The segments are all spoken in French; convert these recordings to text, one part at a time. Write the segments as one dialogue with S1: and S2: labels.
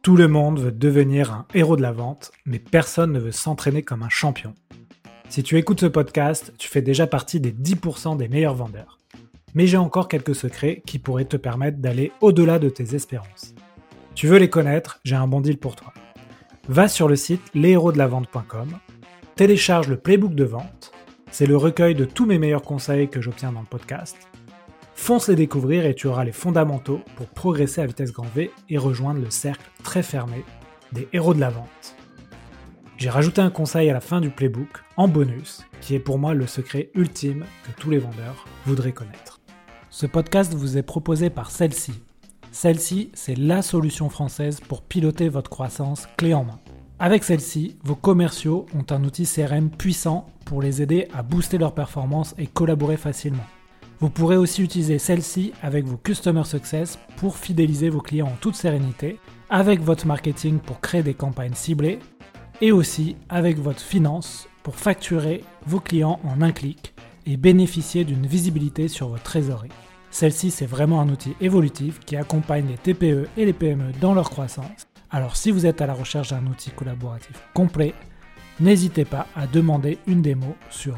S1: Tout le monde veut devenir un héros de la vente, mais personne ne veut s'entraîner comme un champion. Si tu écoutes ce podcast, tu fais déjà partie des 10% des meilleurs vendeurs. Mais j'ai encore quelques secrets qui pourraient te permettre d'aller au-delà de tes espérances. Tu veux les connaître? J'ai un bon deal pour toi. Va sur le site leshéroesdelavente.com, télécharge le playbook de vente, c'est le recueil de tous mes meilleurs conseils que j'obtiens dans le podcast. Fonce les découvrir et tu auras les fondamentaux pour progresser à vitesse grand V et rejoindre le cercle très fermé des héros de la vente. J'ai rajouté un conseil à la fin du playbook, en bonus, qui est pour moi le secret ultime que tous les vendeurs voudraient connaître. Ce podcast vous est proposé par Celle-ci. Celle-ci, c'est la solution française pour piloter votre croissance clé en main. Avec Celle-ci, vos commerciaux ont un outil CRM puissant pour les aider à booster leur performance et collaborer facilement. Vous pourrez aussi utiliser Celle-ci avec vos Customer Success pour fidéliser vos clients en toute sérénité, avec votre marketing pour créer des campagnes ciblées, et aussi avec votre finance pour facturer vos clients en un clic et bénéficier d'une visibilité sur votre trésorerie. Celle-ci, c'est vraiment un outil évolutif qui accompagne les TPE et les PME dans leur croissance. Alors si vous êtes à la recherche d'un outil collaboratif complet, n'hésitez pas à demander une démo sur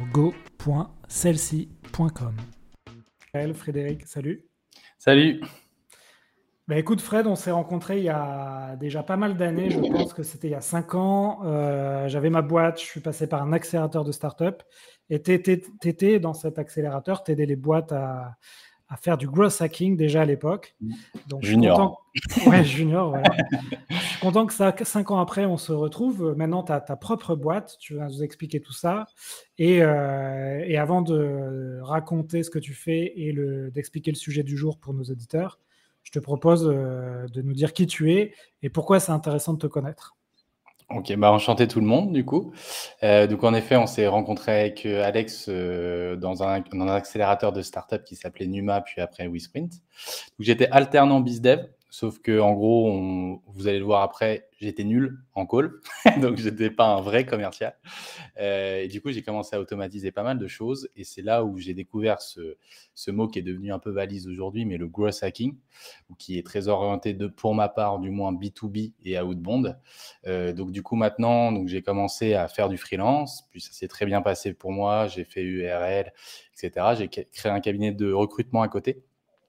S1: go.celci.com. Frédéric, salut.
S2: Salut.
S1: Écoute Fred, on s'est rencontrés il y a déjà pas mal d'années, je pense que c'était il y a 5 ans. J'avais ma boîte, je suis passé par un accélérateur de start-up et t'étais dans cet accélérateur, t'aidais les boîtes à faire du growth hacking déjà à l'époque.
S2: Donc, junior.
S1: Ouais, junior, voilà. Je suis content que 5 ans après, on se retrouve. Maintenant, tu as ta propre boîte, tu vas nous expliquer tout ça. Et avant de raconter ce que tu fais et d'expliquer le sujet du jour pour nos auditeurs, je te propose de nous dire qui tu es et pourquoi c'est intéressant de te connaître.
S2: Ok, enchanté tout le monde du coup. Donc en effet, on s'est rencontré avec Alex dans un accélérateur de start-up qui s'appelait Numa, puis après WeSprint. Donc j'étais alternant BizDev, sauf que en gros, vous allez le voir après, j'étais nul en call, donc j'étais pas un vrai commercial. Et du coup, j'ai commencé à automatiser pas mal de choses, et c'est là où j'ai découvert ce mot qui est devenu un peu valise aujourd'hui, mais le growth hacking, qui est très orienté pour ma part, du moins B2B et outbound. Donc du coup maintenant, j'ai commencé à faire du freelance, puis ça s'est très bien passé pour moi, j'ai fait URL, etc. J'ai créé un cabinet de recrutement à côté,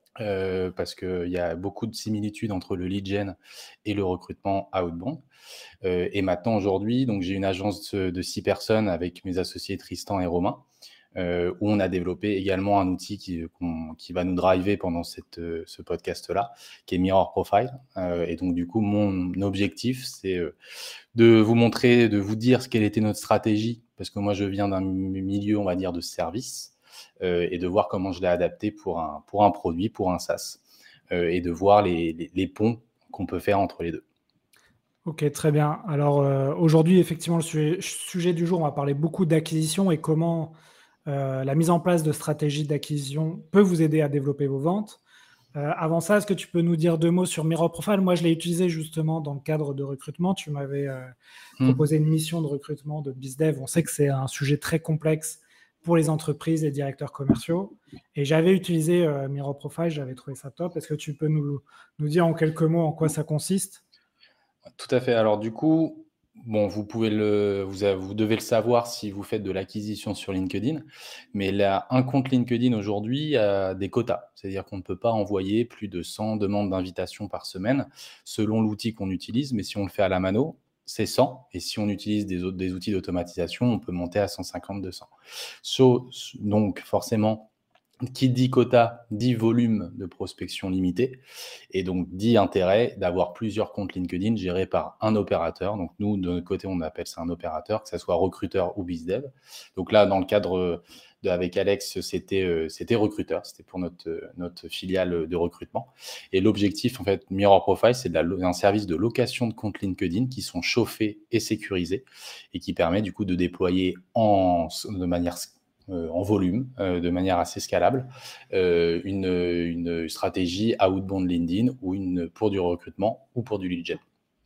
S2: parce qu'il y a beaucoup de similitudes entre le lead gen et le recrutement outbound. Et maintenant, aujourd'hui, j'ai une agence de 6 personnes avec mes associés Tristan et Romain, où on a développé également un outil qui va nous driver pendant ce podcast-là, qui est Mirror Profile. Et donc, du coup, mon objectif, c'est de vous montrer, de vous dire quelle était notre stratégie, parce que moi, je viens d'un milieu, on va dire, de service, et de voir comment je l'ai adapté pour un produit, pour un SaaS, et de voir les ponts qu'on peut faire entre les deux.
S1: Ok, très bien. Alors aujourd'hui, effectivement, le sujet du jour, on va parler beaucoup d'acquisition et comment la mise en place de stratégies d'acquisition peut vous aider à développer vos ventes. Avant ça, est-ce que tu peux nous dire 2 mots sur Mirror Profile? Moi, je l'ai utilisé justement dans le cadre de recrutement. Tu m'avais proposé une mission de recrutement de BizDev. On sait que c'est un sujet très complexe pour les entreprises, les directeurs commerciaux. Et j'avais utilisé Mirror Profile, j'avais trouvé ça top. Est-ce que tu peux nous dire en quelques mots en quoi ça consiste?
S2: Tout à fait. Alors du coup, vous devez le savoir si vous faites de l'acquisition sur LinkedIn, mais un compte LinkedIn aujourd'hui a des quotas. C'est-à-dire qu'on ne peut pas envoyer plus de 100 demandes d'invitation par semaine selon l'outil qu'on utilise, mais si on le fait à la mano, c'est 100. Et si on utilise des outils d'automatisation, on peut monter à 150, 200. Donc forcément, qui dit quota dit volume de prospection limité, et donc dit intérêt d'avoir plusieurs comptes LinkedIn gérés par un opérateur. Donc nous, de notre côté, on appelle ça un opérateur, que ce soit recruteur ou bizdev. Donc là, dans le cadre avec Alex, c'était recruteur, c'était pour notre filiale de recrutement. Et l'objectif, en fait, Mirror Profile, c'est un service de location de comptes LinkedIn qui sont chauffés et sécurisés, et qui permet du coup de déployer de manière en volume, de manière assez scalable, une stratégie outbound LinkedIn ou pour du recrutement ou pour du lead gen.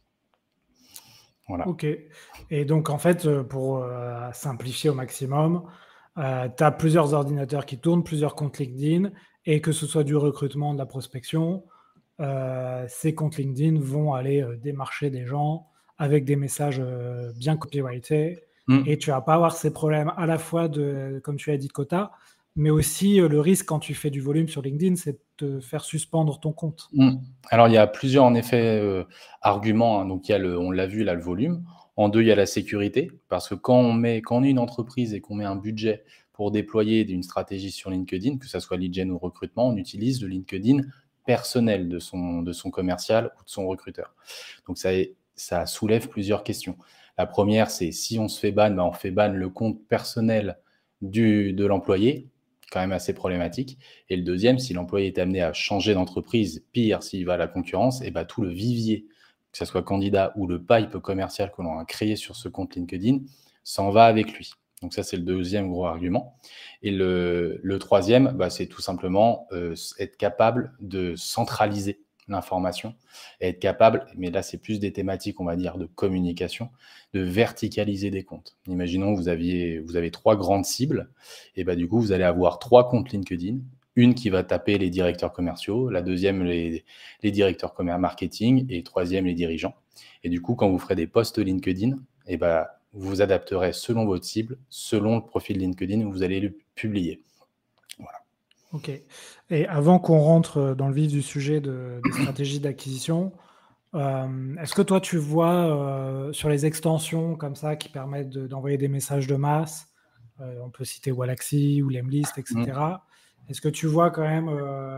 S2: Voilà.
S1: Ok. Et donc, en fait, pour simplifier au maximum, tu as plusieurs ordinateurs qui tournent, plusieurs comptes LinkedIn, et que ce soit du recrutement, de la prospection, ces comptes LinkedIn vont aller démarcher des gens avec des messages bien copyrightés. Et tu vas pas avoir ces problèmes à la fois de, comme tu as dit, de quota, mais aussi le risque quand tu fais du volume sur LinkedIn, c'est de te faire suspendre ton compte.
S2: Alors, il y a plusieurs, en effet, arguments, hein. Donc, il y a on l'a vu là, le volume. En deux, il y a la sécurité, parce que quand on est une entreprise et qu'on met un budget pour déployer une stratégie sur LinkedIn, que ça soit lead gen ou recrutement, on utilise le LinkedIn personnel de son commercial ou de son recruteur. Donc, ça soulève plusieurs questions. La première, c'est si on se fait ban, on fait ban le compte personnel de l'employé, quand même assez problématique. Et le deuxième, si l'employé est amené à changer d'entreprise, pire s'il va à la concurrence, et tout le vivier, que ce soit candidat ou le pipe commercial que l'on a créé sur ce compte LinkedIn, s'en va avec lui. Donc ça, c'est le deuxième gros argument. Et le troisième, c'est tout simplement être capable de centraliser l'information et être capable, mais là, c'est plus des thématiques, on va dire, de communication, de verticaliser des comptes. Imaginons que vous avez 3 grandes cibles, et du coup, vous allez avoir 3 comptes LinkedIn, une qui va taper les directeurs commerciaux, la deuxième, les directeurs marketing, et troisième, les dirigeants. Et du coup, quand vous ferez des posts LinkedIn, vous vous adapterez selon votre cible, selon le profil LinkedIn où vous allez le publier. Voilà.
S1: Ok. Et avant qu'on rentre dans le vif du sujet des stratégies d'acquisition, est-ce que toi, tu vois sur les extensions comme ça qui permettent d'envoyer des messages de masse, on peut citer Wallaxy ou Lemlist, etc. Est-ce que tu vois quand même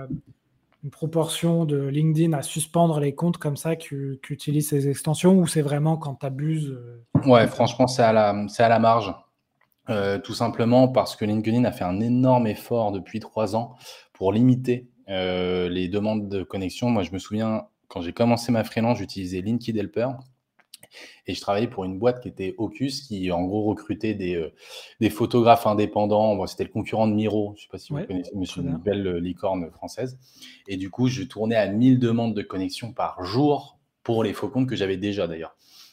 S1: une proportion de LinkedIn à suspendre les comptes comme ça qui utilisent ces extensions, ou c'est vraiment quand tu abuses
S2: Ouais, franchement, c'est à la marge. Tout simplement parce que LinkedIn a fait un énorme effort depuis 3 ans pour limiter les demandes de connexion. Moi, je me souviens, quand j'ai commencé ma freelance, j'utilisais LinkedIn Helper et je travaillais pour une boîte qui était Ocus, qui en gros recrutait des photographes indépendants. Bon, c'était le concurrent de Miro, je ne sais pas si vous connaissez, mais c'est une belle licorne française. Et du coup, je tournais à 1000 demandes de connexion par jour pour les faux comptes que j'avais déjà d'ailleurs.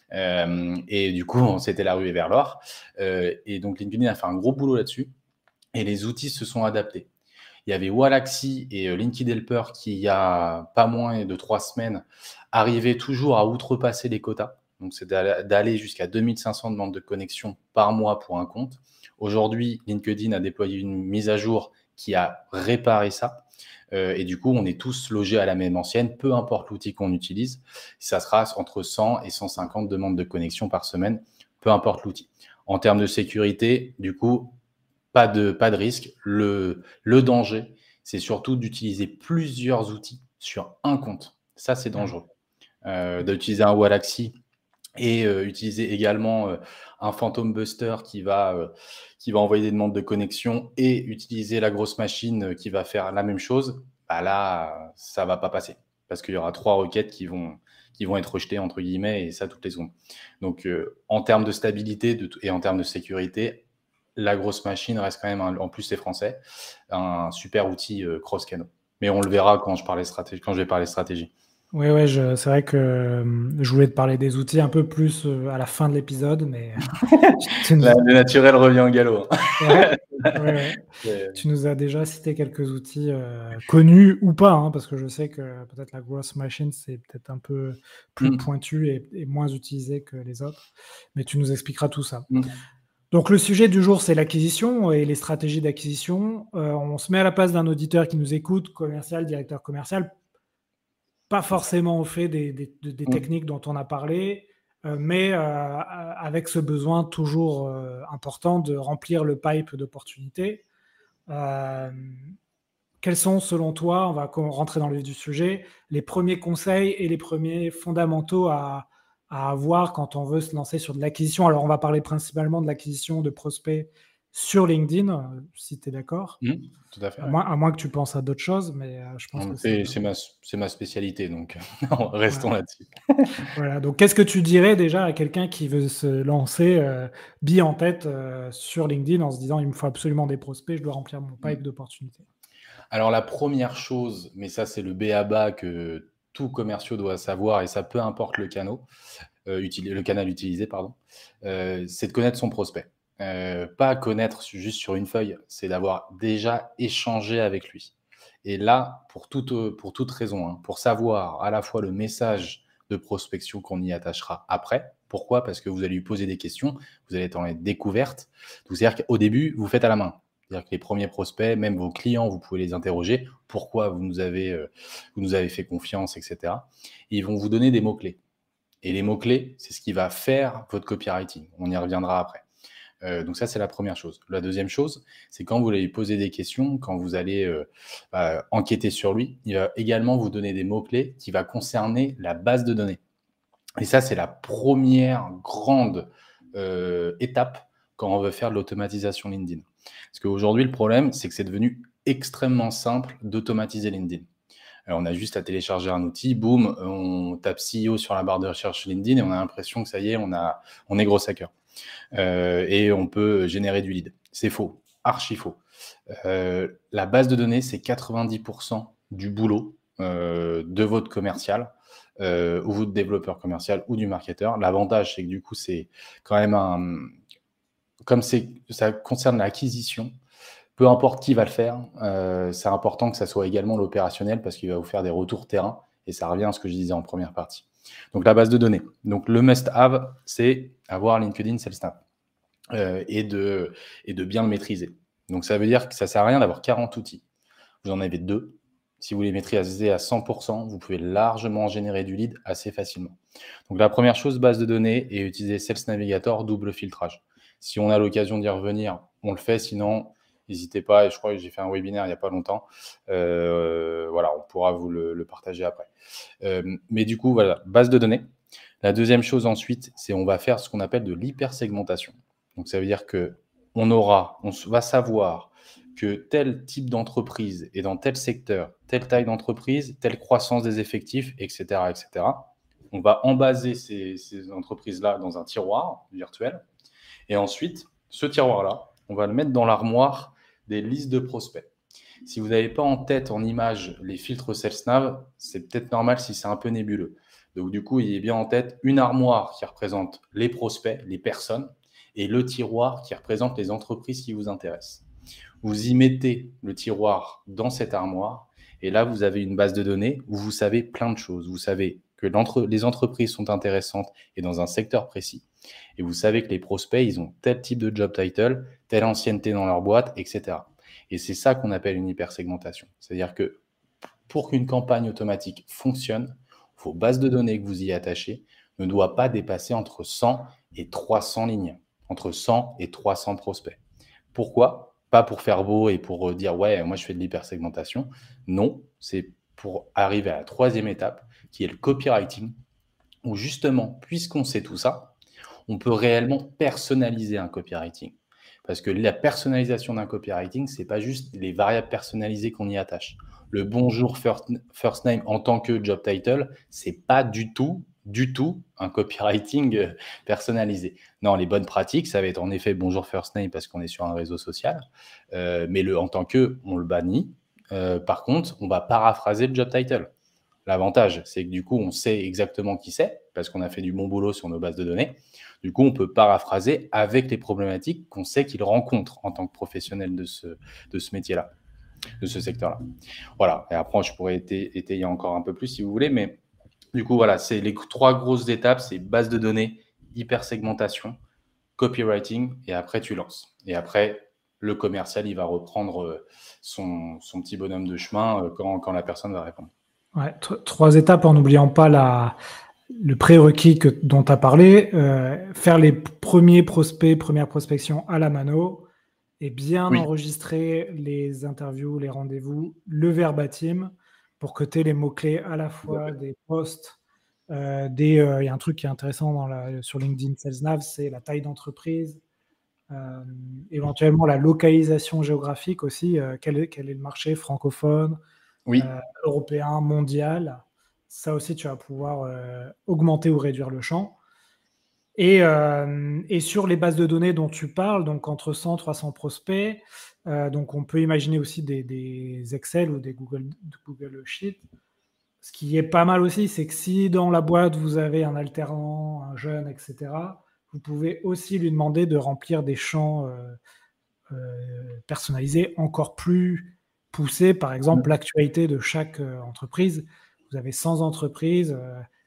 S2: Et du coup, c'était la ruée vers l'or. Et donc, LinkedIn a fait un gros boulot là-dessus et les outils se sont adaptés. Il y avait Wallaxy et LinkedIn Helper qui, il y a pas moins de 3 semaines, arrivaient toujours à outrepasser les quotas. Donc, c'est d'aller jusqu'à 2500 demandes de connexion par mois pour un compte. Aujourd'hui, LinkedIn a déployé une mise à jour qui a réparé ça. Et du coup, on est tous logés à la même ancienne, peu importe l'outil qu'on utilise. Ça sera entre 100 et 150 demandes de connexion par semaine, peu importe l'outil. En termes de sécurité, du coup, pas de risque. Le danger, c'est surtout d'utiliser plusieurs outils sur un compte. Ça, c'est dangereux. D'utiliser un Wallaxy et utiliser également un Phantom Buster qui va envoyer des demandes de connexion et utiliser la grosse machine qui va faire la même chose, là, ça va pas passer parce qu'il y aura 3 requêtes qui vont être rejetées, entre guillemets, et ça toutes les secondes. Donc, en termes de stabilité et en termes de sécurité, la grosse machine reste quand même, en plus c'est français, un super outil cross-canaux. Mais on le verra quand je vais parler stratégie.
S1: Oui, c'est vrai que je voulais te parler des outils un peu plus à la fin de l'épisode, mais
S2: le naturel revient au galop.
S1: Ouais. Tu nous as déjà cité quelques outils connus ou pas, hein, parce que je sais que peut-être la Gross Machine, c'est peut-être un peu plus pointu et moins utilisé que les autres, mais tu nous expliqueras tout ça. Donc le sujet du jour, c'est l'acquisition et les stratégies d'acquisition. On se met à la place d'un auditeur qui nous écoute, commercial, directeur commercial, pas forcément au fait des techniques dont on a parlé, mais avec ce besoin toujours important de remplir le pipe d'opportunités. Quels sont, selon toi, on va rentrer dans le vif du sujet, les premiers conseils et les premiers fondamentaux à avoir quand on veut se lancer sur de l'acquisition? Alors, on va parler principalement de l'acquisition de prospects sur LinkedIn, si tu es d'accord.
S2: Tout à fait.
S1: À moins que tu penses à d'autres choses, mais je pense que
S2: c'est ma spécialité, donc restons là-dessus.
S1: Voilà, donc qu'est-ce que tu dirais déjà à quelqu'un qui veut se lancer bille en tête sur LinkedIn en se disant il me faut absolument des prospects, je dois remplir mon pipe d'opportunités?
S2: Alors la première chose, mais ça c'est le b.a.-ba que tout commercial doit savoir, et ça peu importe le canal utilisé, c'est de connaître son prospect. Pas connaître juste sur une feuille, c'est d'avoir déjà échangé avec lui. Et là, pour toute raison, hein, pour savoir à la fois le message de prospection qu'on y attachera après. Pourquoi? Parce que vous allez lui poser des questions, vous allez être en découverte. Donc, c'est-à-dire qu'au début, vous faites à la main. C'est-à-dire que les premiers prospects, même vos clients, vous pouvez les interroger. Pourquoi vous nous avez fait confiance, etc. Et ils vont vous donner des mots-clés. Et les mots-clés, c'est ce qui va faire votre copywriting. On y reviendra après. Donc ça, c'est la première chose. La deuxième chose, c'est quand vous allez lui poser des questions, quand vous allez enquêter sur lui, il va également vous donner des mots-clés qui va concerner la base de données. Et ça, c'est la première grande étape quand on veut faire de l'automatisation LinkedIn. Parce qu'aujourd'hui, le problème, c'est que c'est devenu extrêmement simple d'automatiser LinkedIn. Alors, on a juste à télécharger un outil, boum, on tape CEO sur la barre de recherche LinkedIn et on a l'impression que ça y est, on est gros hacker. Et on peut générer du lead. C'est faux, archi faux. La base de données, c'est 90% du boulot de votre commercial ou votre développeur commercial ou du marketeur. L'avantage, c'est que du coup, c'est quand même comme ça concerne l'acquisition, peu importe qui va le faire, c'est important que ça soit également l'opérationnel parce qu'il va vous faire des retours terrain et ça revient à ce que je disais en première partie. Donc, la base de données. Donc, le must-have, c'est avoir LinkedIn Sales Snap et de bien le maîtriser. Donc, ça veut dire que ça ne sert à rien d'avoir 40 outils. Vous en avez 2. Si vous les maîtrisez à 100%, vous pouvez largement générer du lead assez facilement. Donc, la première chose, base de données et utiliser Sales Navigator, double filtrage. Si on a l'occasion d'y revenir, on le fait. Sinon, n'hésitez pas. Et je crois que j'ai fait un webinaire il n'y a pas longtemps. Voilà, on pourra vous le partager après. Mais du coup, voilà, base de données. La deuxième chose ensuite, c'est on va faire ce qu'on appelle de l'hypersegmentation. Donc, ça veut dire qu'on va savoir que tel type d'entreprise est dans tel secteur, telle taille d'entreprise, telle croissance des effectifs, etc., etc. On va embaser ces entreprises-là dans un tiroir virtuel. Et ensuite, ce tiroir-là, on va le mettre dans l'armoire des listes de prospects. Si vous n'avez pas en tête, en image, les filtres SalesNav, c'est peut-être normal si c'est un peu nébuleux. Donc, du coup, ayez bien en tête une armoire qui représente les prospects, les personnes, et le tiroir qui représente les entreprises qui vous intéressent. Vous y mettez le tiroir dans cette armoire, et là, vous avez une base de données où vous savez plein de choses. Vous savez que les entreprises sont intéressantes et dans un secteur précis. Et vous savez que les prospects, ils ont tel type de job title, telle ancienneté dans leur boîte, etc. Et c'est ça qu'on appelle une hypersegmentation. C'est-à-dire que pour qu'une campagne automatique fonctionne, vos bases de données que vous y attachez ne doivent pas dépasser entre 100 et 300 lignes, entre 100 et 300 prospects. Pourquoi? Pas pour faire beau et pour dire « ouais, moi je fais de l'hypersegmentation ». Non, c'est pour arriver à la troisième étape qui est le copywriting, où justement, puisqu'on sait tout ça, on peut réellement personnaliser un copywriting. Parce que la personnalisation d'un copywriting, ce n'est pas juste les variables personnalisées qu'on y attache. Le bonjour first name en tant que job title, ce n'est pas du tout un copywriting personnalisé. Non, les bonnes pratiques, ça va être en effet bonjour first name parce qu'on est sur un réseau social, mais le en tant que, on le bannit. Par contre, on va paraphraser le job title. L'avantage, c'est que du coup, on sait exactement qui c'est parce qu'on a fait du bon boulot sur nos bases de données. Du coup, on peut paraphraser avec les problématiques qu'on sait qu'il rencontre en tant que professionnel de ce métier-là, de ce secteur-là. Voilà. Et après, je pourrais étayer encore un peu plus si vous voulez, mais du coup, voilà, c'est les 3 grosses étapes, c'est base de données, hypersegmentation, copywriting, et après, tu lances. Et après, le commercial, il va reprendre son petit bonhomme de chemin quand la personne va répondre.
S1: Ouais, 3 étapes en n'oubliant pas le prérequis dont tu as parlé, faire les premiers prospects, première prospection à la mano et bien enregistrer les interviews, les rendez-vous, le verbatim pour que tu aies les mots-clés à la fois des posts, il y a un truc qui est intéressant sur LinkedIn Sales Nav, c'est la taille d'entreprise, éventuellement la localisation géographique aussi, quel est le marché francophone, européen, mondial. Ça aussi, tu vas pouvoir augmenter ou réduire le champ. Et sur les bases de données dont tu parles, donc entre 100 et 300 prospects, donc on peut imaginer aussi des Excel ou des Google Sheets. Ce qui est pas mal aussi, c'est que si dans la boîte, vous avez un alternant, un jeune, etc., vous pouvez aussi lui demander de remplir des champs personnalisés encore plus pousser, par exemple, l'actualité de chaque entreprise. Vous avez 100 entreprises,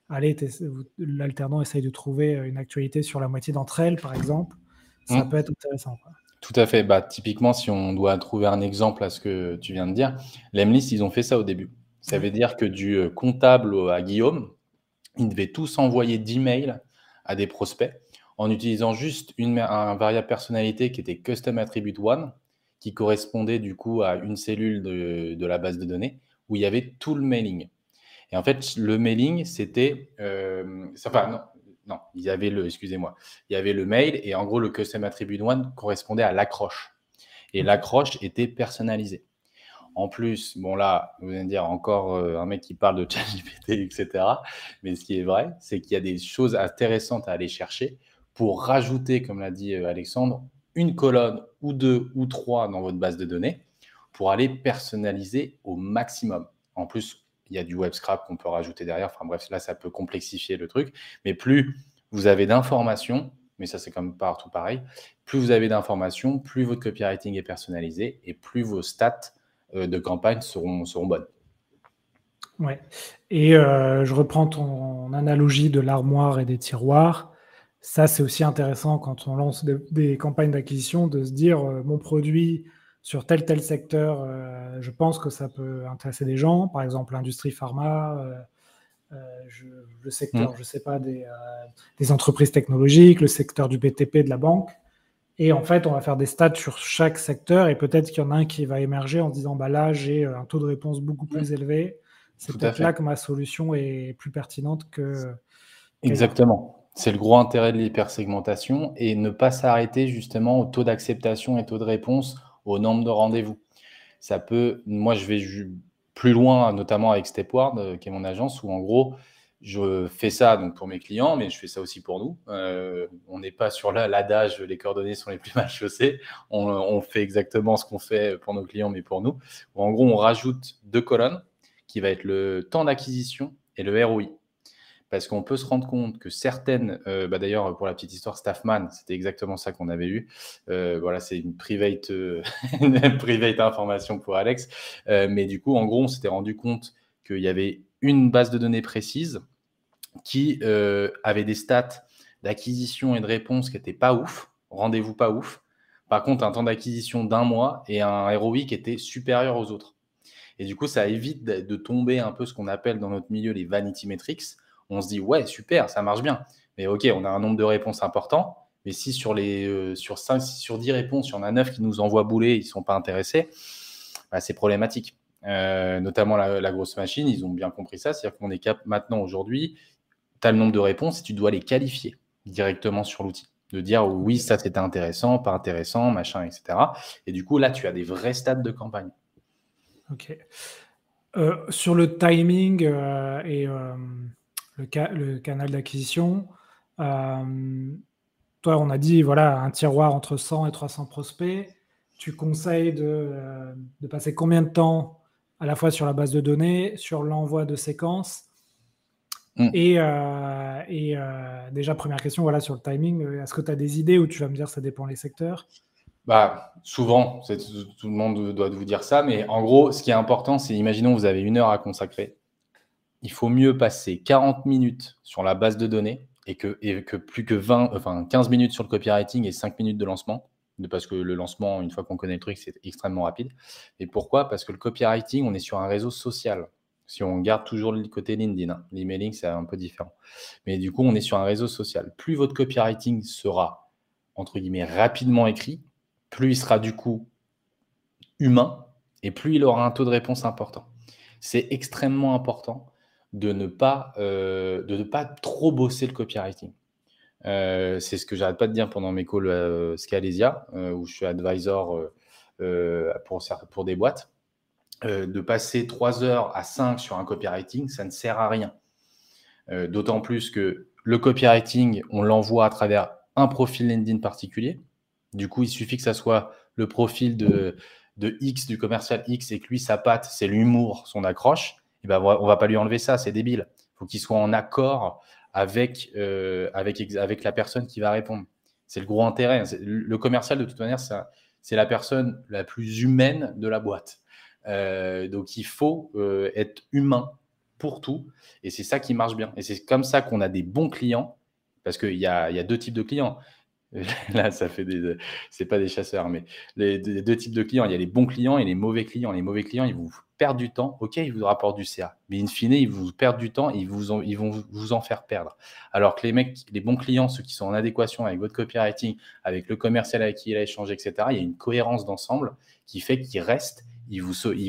S1: l'alternant essaye de trouver une actualité sur la moitié d'entre elles, par exemple. Ça
S2: Mm.
S1: peut être intéressant, quoi.
S2: Tout à fait. Bah, typiquement, si on doit trouver un exemple à ce que tu viens de dire, Lemlist, ils ont fait ça au début. Ça veut dire que du comptable à Guillaume, ils devaient tous envoyer d'emails à des prospects en utilisant juste un variable personnalité qui était Custom Attribute One, qui correspondait du coup à une cellule de la base de données où il y avait tout le mailing. Et en fait, le mailing, c'était. Enfin, non, il y avait excusez-moi, il y avait le mail et en gros, le Custom Attribute One correspondait à l'accroche. Et l'accroche était personnalisée. En plus, bon là, vous allez me dire encore un mec qui parle de ChatGPT, etc. Mais ce qui est vrai, c'est qu'il y a des choses intéressantes à aller chercher pour rajouter, comme l'a dit Alexandre, une colonne ou deux ou trois dans votre base de données pour aller personnaliser au maximum. En plus, il y a du web scrap qu'on peut rajouter derrière. Enfin bref, là, ça peut complexifier le truc. Mais plus vous avez d'informations, mais ça, c'est comme partout pareil, plus vous avez d'informations, plus votre copywriting est personnalisé et plus vos stats de campagne seront bonnes.
S1: Ouais. Et je reprends ton analogie de l'armoire et des tiroirs. Ça, c'est aussi intéressant quand on lance des campagnes d'acquisition de se dire mon produit sur tel secteur, je pense que ça peut intéresser des gens, par exemple l'industrie pharma, le secteur, je sais pas, des entreprises technologiques, le secteur du BTP, de la banque. Et en fait, on va faire des stats sur chaque secteur et peut-être qu'il y en a un qui va émerger en se disant bah là, j'ai un taux de réponse beaucoup plus élevé. C'est
S2: Tout à
S1: peut-être là
S2: fait.
S1: que ma solution est plus pertinente qu'ailleurs.
S2: Exactement. C'est le gros intérêt de l'hypersegmentation et ne pas s'arrêter justement au taux d'acceptation et taux de réponse, au nombre de rendez-vous. Ça peut, moi, je vais plus loin, notamment avec Stepward, qui est mon agence, où en gros, je fais ça donc pour mes clients, mais je fais ça aussi pour nous. On n'est pas sur l'adage, les coordonnées sont les plus mal chaussées. On fait exactement ce qu'on fait pour nos clients, mais pour nous. Où en gros, on rajoute 2 colonnes, qui va être le temps d'acquisition et le ROI. Parce qu'on peut se rendre compte que certaines, d'ailleurs, pour la petite histoire, Staffman, c'était exactement ça qu'on avait eu. Voilà, c'est une private, une private information pour Alex. Mais du coup, en gros, on s'était rendu compte qu'il y avait une base de données précise qui avait des stats d'acquisition et de réponse qui n'étaient pas ouf, rendez-vous pas ouf. Par contre, un temps d'acquisition d'1 mois et un ROI qui était supérieur aux autres. Et du coup, ça évite de tomber un peu ce qu'on appelle dans notre milieu les vanity metrics. On se dit, ouais, super, ça marche bien. Mais OK, on a un nombre de réponses important. Mais si sur 10 réponses, il y en a 9 qui nous envoient bouler, ils ne sont pas intéressés, bah, c'est problématique. Notamment la grosse machine, ils ont bien compris ça. C'est-à-dire qu'on est capable maintenant, aujourd'hui, tu as le nombre de réponses et tu dois les qualifier directement sur l'outil. De dire oui, ça c'était intéressant, pas intéressant, machin, etc. Et du coup, là, tu as des vrais stats de campagne.
S1: Ok. Sur le timing et le canal d'acquisition, toi, on a dit voilà un tiroir entre 100 et 300 prospects. Tu conseilles de passer combien de temps à la fois sur la base de données, sur l'envoi de séquences et déjà, première question, voilà, sur le timing, est-ce que tu as des idées ou tu vas me dire ça dépend les secteurs?
S2: Bah, souvent, tout le monde doit vous dire ça, mais en gros, ce qui est important, c'est imaginons vous avez 1 heure à consacrer. Il faut mieux passer 40 minutes sur la base de données et que plus que 15 minutes sur le copywriting et 5 minutes de lancement. Parce que le lancement, une fois qu'on connaît le truc, c'est extrêmement rapide. Et pourquoi? Parce que le copywriting, on est sur un réseau social. Si on garde toujours le côté LinkedIn, hein. L'emailing, c'est un peu différent. Mais du coup, on est sur un réseau social. Plus votre copywriting sera, entre guillemets, rapidement écrit, plus il sera du coup humain et plus il aura un taux de réponse important. C'est extrêmement important de ne pas trop bosser le copywriting. C'est ce que j'arrête pas de dire pendant mes calls Scalesia, où je suis advisor pour des boîtes. De passer 3 heures à 5 sur un copywriting, ça ne sert à rien. D'autant plus que le copywriting, on l'envoie à travers un profil LinkedIn particulier. Du coup, il suffit que ça soit le profil de X, du commercial X, et que lui, sa patte, c'est l'humour, son accroche. Et ben, on va pas lui enlever ça, c'est débile. Il faut qu'il soit en accord avec la personne qui va répondre. C'est le gros intérêt. Le commercial, de toute manière, c'est la personne la plus humaine de la boîte. Donc, il faut être humain pour tout. Et c'est ça qui marche bien. Et c'est comme ça qu'on a des bons clients. Parce qu'il y a deux types de clients. Là, ça fait c'est pas des chasseurs, mais les deux types de clients. Il y a les bons clients et les mauvais clients. Les mauvais clients, ils vous perdent du temps. OK, ils vous rapportent du CA. Mais in fine, ils vous perdent du temps et ils vont vous en faire perdre. Alors que les bons clients, ceux qui sont en adéquation avec votre copywriting, avec le commercial avec qui il a échangé, etc., il y a une cohérence d'ensemble qui fait qu'ils restent, ils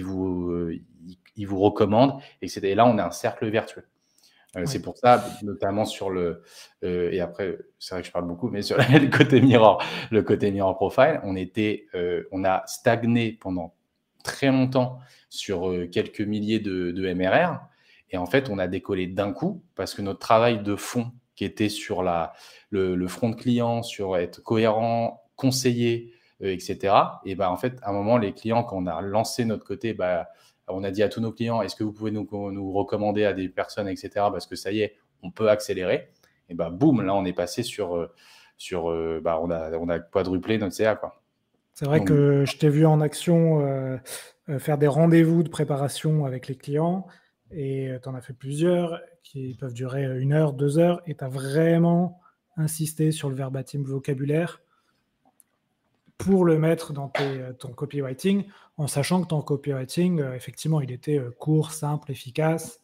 S2: vous recommandent, etc. Et là, on a un cercle vertueux. C'est pour ça, notamment sur et après, c'est vrai que je parle beaucoup, mais sur le côté mirror profile, on a stagné pendant très longtemps sur quelques milliers de MRR. Et en fait, on a décollé d'un coup parce que notre travail de fond qui était sur le front client, sur être cohérent, conseiller, etc. Et ben en fait, à un moment, les clients, quand on a lancé notre côté, on a dit à tous nos clients, est-ce que vous pouvez nous recommander à des personnes, etc. Parce que ça y est, on peut accélérer. Et boum, là, on est passé on a quadruplé notre CA, quoi.
S1: C'est vrai que je t'ai vu en action faire des rendez-vous de préparation avec les clients et tu en as fait plusieurs qui peuvent durer 1 heure, 2 heures et tu as vraiment insisté sur le verbatim vocabulaire pour le mettre dans ton copywriting, en sachant que ton copywriting, effectivement, il était court, simple, efficace.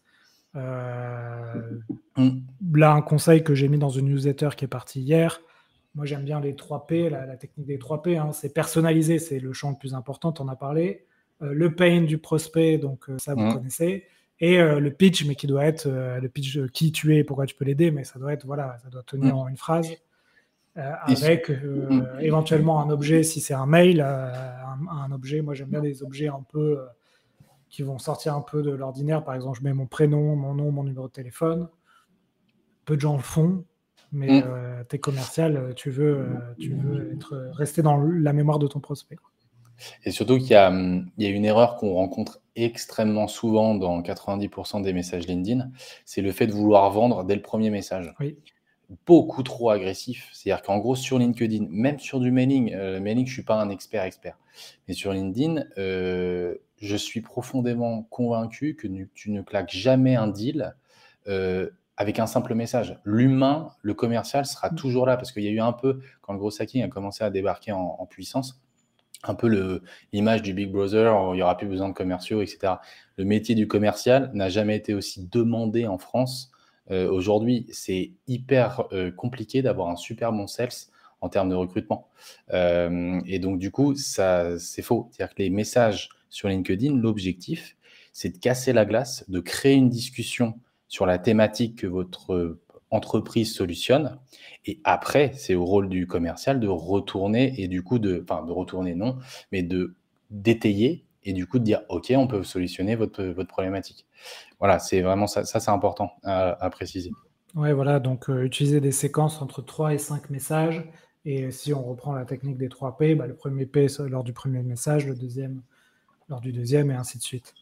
S1: Là, un conseil que j'ai mis dans une newsletter qui est partie hier, moi j'aime bien les 3 P, la technique des 3 P, hein, c'est personnaliser, c'est le champ le plus important, tu en as parlé. Le pain du prospect, donc ça vous connaissez. Et le pitch, mais qui doit être le pitch de qui tu es, pourquoi tu peux l'aider, mais ça doit être, voilà, ça doit tenir en une phrase. Avec éventuellement un objet, si c'est un mail, un objet. Moi, j'aime bien des objets un peu qui vont sortir un peu de l'ordinaire. Par exemple, je mets mon prénom, mon nom, mon numéro de téléphone. Peu de gens le font, mais t'es commercial, tu veux rester dans la mémoire de ton prospect.
S2: Et surtout qu'il y a une erreur qu'on rencontre extrêmement souvent dans 90% des messages LinkedIn, c'est le fait de vouloir vendre dès le premier message.
S1: Oui.
S2: Beaucoup trop agressif. C'est-à-dire qu'en gros, sur LinkedIn, même sur du mailing, je ne suis pas un expert, mais sur LinkedIn, je suis profondément convaincu que tu ne claques jamais un deal avec un simple message. L'humain, le commercial sera toujours là parce qu'il y a eu un peu, quand le gros hacking a commencé à débarquer en puissance, un peu l'image du Big Brother, il n'y aura plus besoin de commerciaux, etc. Le métier du commercial n'a jamais été aussi demandé en France. Aujourd'hui, c'est hyper compliqué d'avoir un super bon sales en termes de recrutement. Et donc, du coup, ça, c'est faux. C'est-à-dire que les messages sur LinkedIn, l'objectif, c'est de casser la glace, de créer une discussion sur la thématique que votre entreprise solutionne. Et après, c'est au rôle du commercial de retourner et du coup de retourner non, mais d'étayer et du coup de dire OK, on peut solutionner votre problématique. Voilà, c'est vraiment ça c'est important à préciser.
S1: Ouais, voilà, donc utiliser des séquences entre 3 et 5 messages. Et si on reprend la technique des 3 P, le premier P lors du premier message, le deuxième lors du deuxième, et ainsi de suite.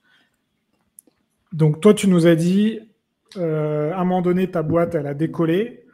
S1: Donc toi, tu nous as dit, à un moment donné, ta boîte, elle a décollé.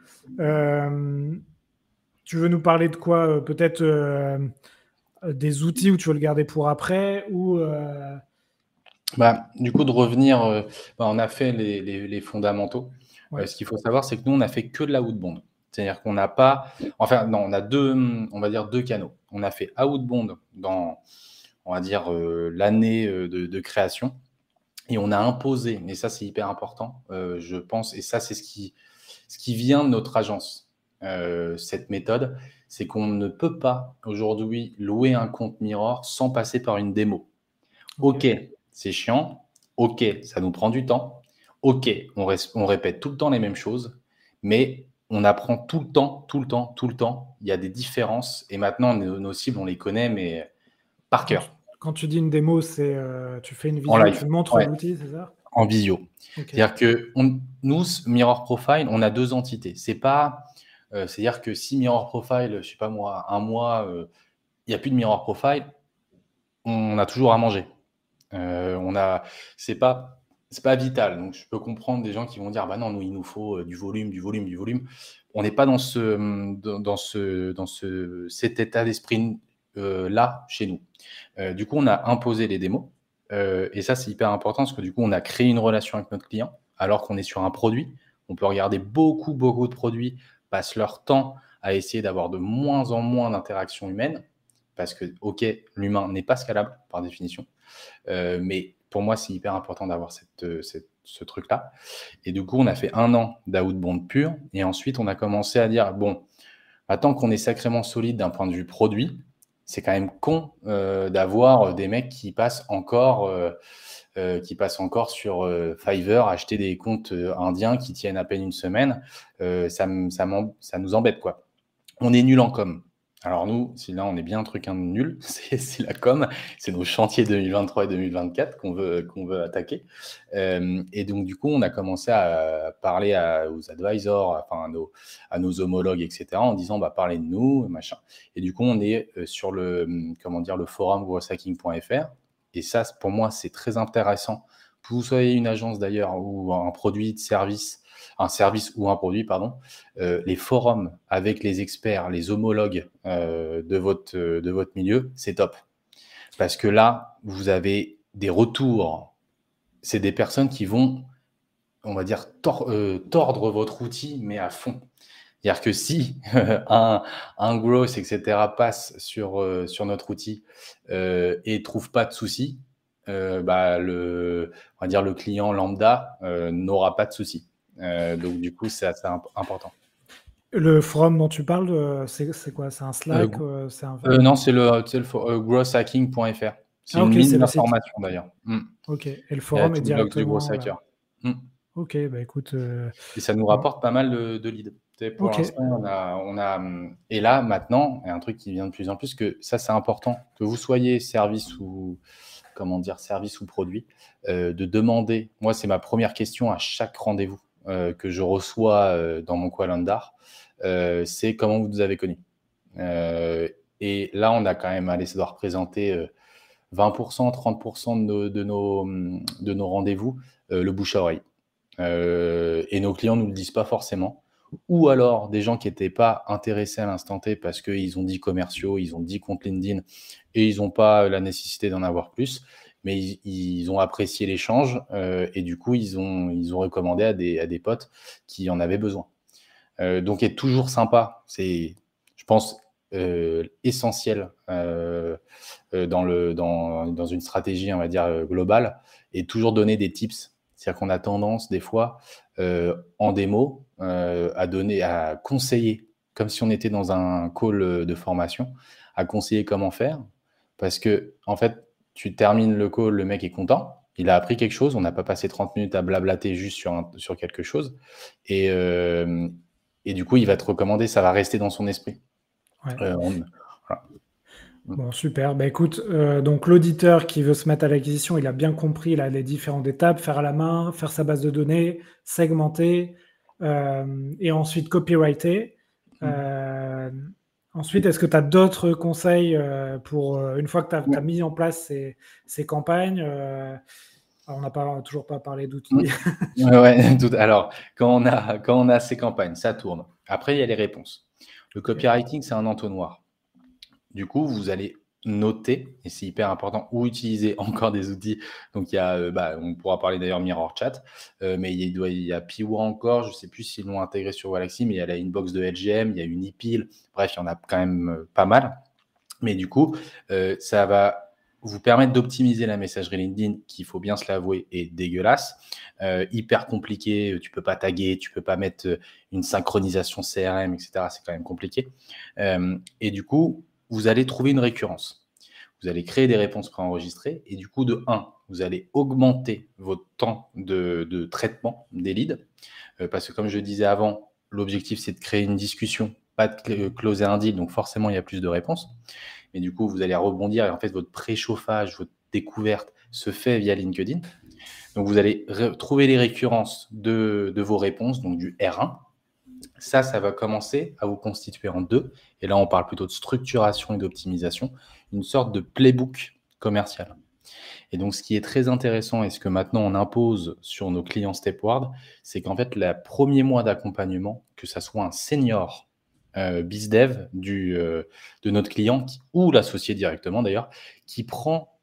S1: Tu veux nous parler de quoi? Peut-être des outils où tu veux le garder pour après ou
S2: Du coup, de revenir, on a fait les fondamentaux.
S1: Ouais.
S2: Ce qu'il faut savoir, c'est que nous, on n'a fait que de la outbound. C'est-à-dire qu'on n'a pas, enfin non, on a on va dire deux canaux. On a fait outbound dans, on va dire, l'année de création. Et on a imposé, mais ça c'est hyper important, je pense, et ça c'est ce qui vient de notre agence, cette méthode, c'est qu'on ne peut pas aujourd'hui louer un compte Mirror sans passer par une démo. OK, c'est chiant. OK, ça nous prend du temps. OK, on répète tout le temps les mêmes choses, mais on apprend tout le temps, tout le temps, tout le temps. Il y a des différences et maintenant nos cibles, on les connaît, mais par cœur.
S1: Quand tu dis une démo, c'est tu fais une
S2: En
S1: vidéo,
S2: live,
S1: tu montres
S2: ouais.
S1: l'outil, c'est ça?
S2: En visio.
S1: Ok.
S2: C'est-à-dire que nous, Mirror Profile, on a deux entités. C'est-à-dire que si Mirror Profile, je sais pas moi, un mois, il n'y a plus de Mirror Profile, on a toujours à manger. C'est pas vital. Donc, je peux comprendre des gens qui vont dire, bah non, nous, il nous faut du volume, du volume, du volume. On n'est pas dans cet état d'esprit là chez nous. Du coup, on a imposé les démos. Et ça, c'est hyper important parce que du coup, on a créé une relation avec notre client alors qu'on est sur un produit. On peut regarder beaucoup de produits passent leur temps à essayer d'avoir de moins en moins d'interactions humaines parce que, OK, l'humain n'est pas scalable par définition. Mais pour moi, c'est hyper important d'avoir ce truc-là. Et du coup, on a fait 1 an d'outbound pur et ensuite, on a commencé à dire: «Bon, maintenant qu'on est sacrément solide d'un point de vue produit, c'est quand même con, d'avoir des mecs qui passent encore sur, Fiverr, acheter des comptes, indiens qui tiennent à peine une semaine. Ça nous embête, quoi. On est nul en com. Alors nous, si là on est bien un truc nul, c'est la com, c'est nos chantiers 2023 et 2024 qu'on veut attaquer. Et donc du coup, on a commencé à parler aux advisors, enfin à nos homologues, etc., en disant bah, parlez de nous, machin. Et du coup, on est sur le forum growthhacking.fr. Et ça, pour moi, c'est très intéressant. Que vous soyez une agence d'ailleurs ou un service ou un produit, pardon, les forums avec les experts, les homologues de votre milieu, c'est top. Parce que là, vous avez des retours. C'est des personnes qui vont, on va dire, tordre votre outil, mais à fond. C'est-à-dire que si un growth, etc., passe sur notre outil et trouve pas de soucis, bah, on va dire le client lambda n'aura pas de soucis. Donc du coup, c'est assez important.
S1: Le forum dont tu parles, c'est quoi? C'est un Slack? C'est un...
S2: Non, c'est growthhacking.fr. C'est
S1: Ah
S2: une
S1: ok,
S2: mine
S1: c'est le site.
S2: d'information d'ailleurs.
S1: Ok, et le
S2: Il y a
S1: forum est
S2: tout le blog du Growth
S1: directement là.
S2: Hacker. Mm.
S1: Ok, bah écoute...
S2: Et ça nous
S1: bon,
S2: rapporte pas mal de leads. Pour
S1: ok.
S2: l'instant, et là, maintenant, il y a un truc qui vient de plus en plus, que ça, c'est important, que vous soyez service ou produit, de demander. Moi, c'est ma première question à chaque rendez-vous que je reçois dans mon calendar, c'est comment vous nous avez connus. Et là, on a quand même, allez, ça doit représenter 20%, 30% de nos rendez-vous, le bouche à oreille. Et nos clients ne nous le disent pas forcément. Ou alors des gens qui n'étaient pas intéressés à l'instant T parce qu'ils ont 10 commerciaux, ils ont 10 comptes LinkedIn et ils n'ont pas la nécessité d'en avoir plus. Mais ils ont apprécié l'échange et du coup, ils ont recommandé à des potes qui en avaient besoin. Donc, est toujours sympa. C'est, je pense, essentiel dans une stratégie, on va dire, globale, et toujours donner des tips. C'est-à-dire qu'on a tendance, des fois, en démo, à conseiller, comme si on était dans un call de formation, à conseiller comment faire. Parce que, en fait, tu termines le call, le mec est content, il a appris quelque chose, on n'a pas passé 30 minutes à blablater juste sur quelque chose. Et du coup, il va te recommander, ça va rester dans son esprit.
S1: Ouais.
S2: Voilà.
S1: Bon, super. Bah écoute, donc l'auditeur qui veut se mettre à l'acquisition, il a bien compris là, les différentes étapes, faire à la main, faire sa base de données, segmenter, et ensuite copywriter. Ensuite, est-ce que tu as d'autres conseils pour, une fois que tu as mis en place ces campagnes alors, on n'a toujours pas parlé d'outils.
S2: Ouais, alors, quand on a ces campagnes, ça tourne. Après, il y a les réponses. Le copywriting, c'est un entonnoir. Du coup, vous allez noter, et c'est hyper important, ou utiliser encore des outils. Donc, il y a, on pourra parler d'ailleurs MirrorChat, mais il y a Piwa encore, je ne sais plus s'ils l'ont intégré sur Wallaxy, mais il y a la inbox de LGM, il y a une e-pile, bref, il y en a quand même pas mal. Mais du coup, ça va vous permettre d'optimiser la messagerie LinkedIn, qui, il faut bien se l'avouer, est dégueulasse, hyper compliqué. Tu peux pas taguer, tu peux pas mettre une synchronisation CRM, etc. C'est quand même compliqué. Et du coup, vous allez trouver une récurrence. Vous allez créer des réponses préenregistrées et du coup, de 1, vous allez augmenter votre temps de traitement des leads, parce que comme je disais avant, l'objectif, c'est de créer une discussion, pas de closer un deal, donc forcément, il y a plus de réponses. Mais du coup, vous allez rebondir et en fait, votre préchauffage, votre découverte se fait via LinkedIn. Donc, vous allez trouver les récurrences de vos réponses, donc du R1. Ça va commencer à vous constituer en 2. Et là, on parle plutôt de structuration et d'optimisation, une sorte de playbook commercial. Et donc, ce qui est très intéressant et ce que maintenant on impose sur nos clients Stepward, c'est qu'en fait, le premier mois d'accompagnement, que ça soit un senior BizDev de notre client ou l'associé directement d'ailleurs, qui prend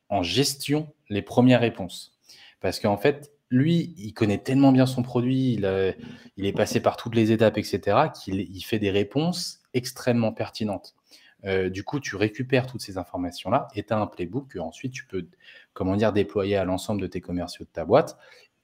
S2: en gestion les premières réponses. Parce qu'en fait, lui, il connaît tellement bien son produit, il est passé par toutes les étapes, etc., qu'il fait des réponses extrêmement pertinentes. Du coup, tu récupères toutes ces informations-là et tu as un playbook que ensuite tu peux, déployer à l'ensemble de tes commerciaux de ta boîte.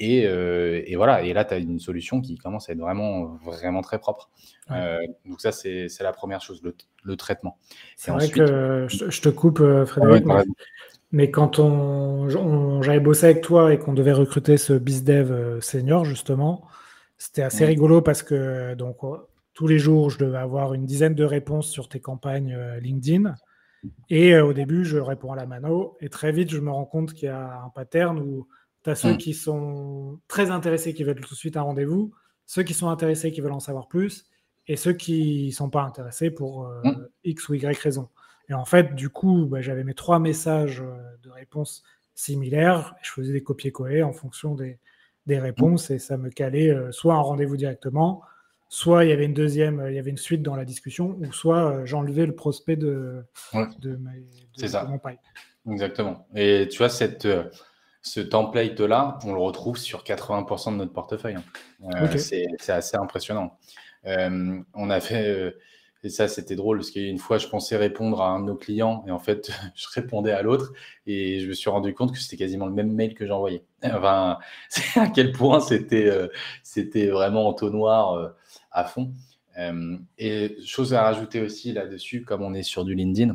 S2: Et voilà. Et là, tu as une solution qui commence à être vraiment, vraiment très propre. Donc ça, c'est la première chose, le traitement.
S1: C'est
S2: Et
S1: vrai
S2: ensuite,
S1: que je te coupe,
S2: ouais,
S1: Frédéric,
S2: t'as raison.
S1: mais quand j'avais bossé avec toi et qu'on devait recruter ce BizDev senior, justement, c'était assez rigolo parce que tous les jours, je devais avoir une dizaine de réponses sur tes campagnes LinkedIn. Et au début, je réponds à la mano. Et très vite, je me rends compte qu'il y a un pattern où tu as ceux qui sont très intéressés, qui veulent tout de suite un rendez-vous, ceux qui sont intéressés, qui veulent en savoir plus, et ceux qui ne sont pas intéressés pour X ou Y raison. Et en fait, du coup, j'avais mes 3 messages de réponses similaires. Je faisais des copier-coller en fonction des réponses et ça me calait soit un rendez-vous directement, soit il y avait il y avait une suite dans la discussion, ou soit j'enlevais le prospect de
S2: Ouais, c'est
S1: de mon
S2: ça.
S1: pipe.
S2: Exactement. Et tu vois, ce template-là, on le retrouve sur 80% de notre portefeuille.
S1: Ok.
S2: C'est assez impressionnant. On a fait, et ça, c'était drôle parce qu'une fois, je pensais répondre à un de nos clients et en fait, je répondais à l'autre et je me suis rendu compte que c'était quasiment le même mail que j'envoyais. Enfin, c'est à quel point c'était vraiment entonnoir à fond. Et chose à rajouter aussi là-dessus, comme on est sur du LinkedIn,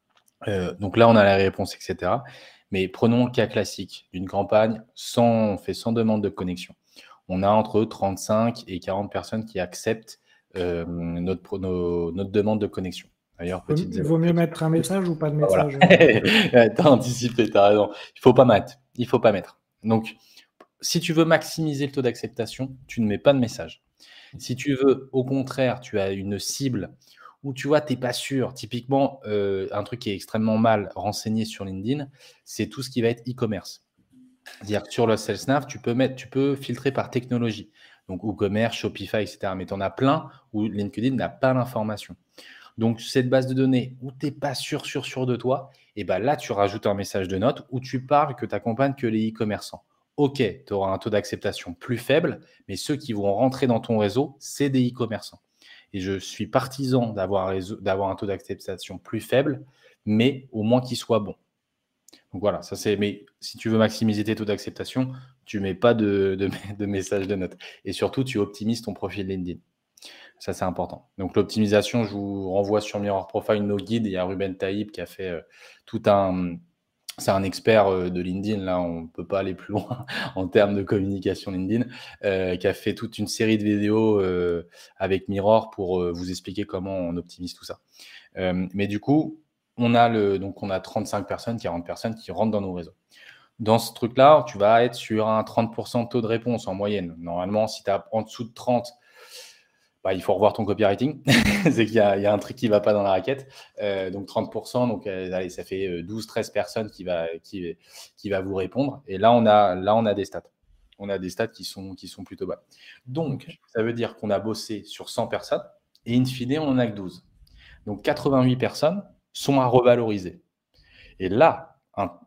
S2: donc là, on a la réponse, etc. Mais prenons le cas classique d'une campagne on fait sans demande de connexion. On a entre 35 et 40 personnes qui acceptent notre demande de connexion. D'ailleurs,
S1: Il vaut mieux mettre un message ou pas de
S2: voilà.
S1: message.
S2: T'as anticipé, t'as raison. Il faut pas mettre. Donc, si tu veux maximiser le taux d'acceptation, tu ne mets pas de message. Si tu veux, au contraire, tu as une cible où tu vois, tu n'es pas sûr. Typiquement, un truc qui est extrêmement mal renseigné sur LinkedIn, c'est tout ce qui va être e-commerce. C'est-à-dire que sur le SalesNav, tu peux filtrer par technologie. Donc, WooCommerce, Shopify, etc. Mais tu en as plein où LinkedIn n'a pas l'information. Donc, cette base de données où tu n'es pas sûr de toi, et ben là, tu rajoutes un message de note où tu parles que tu n'accompagnes que les e-commerçants. OK, tu auras un taux d'acceptation plus faible, mais ceux qui vont rentrer dans ton réseau, c'est des e-commerçants. Et je suis partisan d'avoir un taux d'acceptation plus faible, mais au moins qu'il soit bon. Donc voilà, ça c'est. Mais si tu veux maximiser tes taux d'acceptation, tu mets pas de message de note. Et surtout, tu optimises ton profil LinkedIn. Ça, c'est important. Donc, l'optimisation, je vous renvoie sur Mirror Profile, nos guides. Il y a Ruben Taïb qui a fait tout un. C'est un expert de LinkedIn. Là, on ne peut pas aller plus loin en termes de communication LinkedIn, qui a fait toute une série de vidéos avec Mirror pour vous expliquer comment on optimise tout ça. Mais du coup, on a 35 personnes, 40 personnes qui rentrent dans nos réseaux. Dans ce truc-là, tu vas être sur un 30% de taux de réponse en moyenne. Normalement, si tu as en dessous de 30, il faut revoir ton copywriting. C'est qu'il y a un truc qui ne va pas dans la raquette. Donc 30%, donc allez, ça fait 12-13 personnes qui va vous répondre. Et là, on a des stats. On a des stats qui sont plutôt bas. Donc, ça veut dire qu'on a bossé sur 100 personnes et in fine, on n'en a que 12. Donc 88 personnes sont à revaloriser. Et là,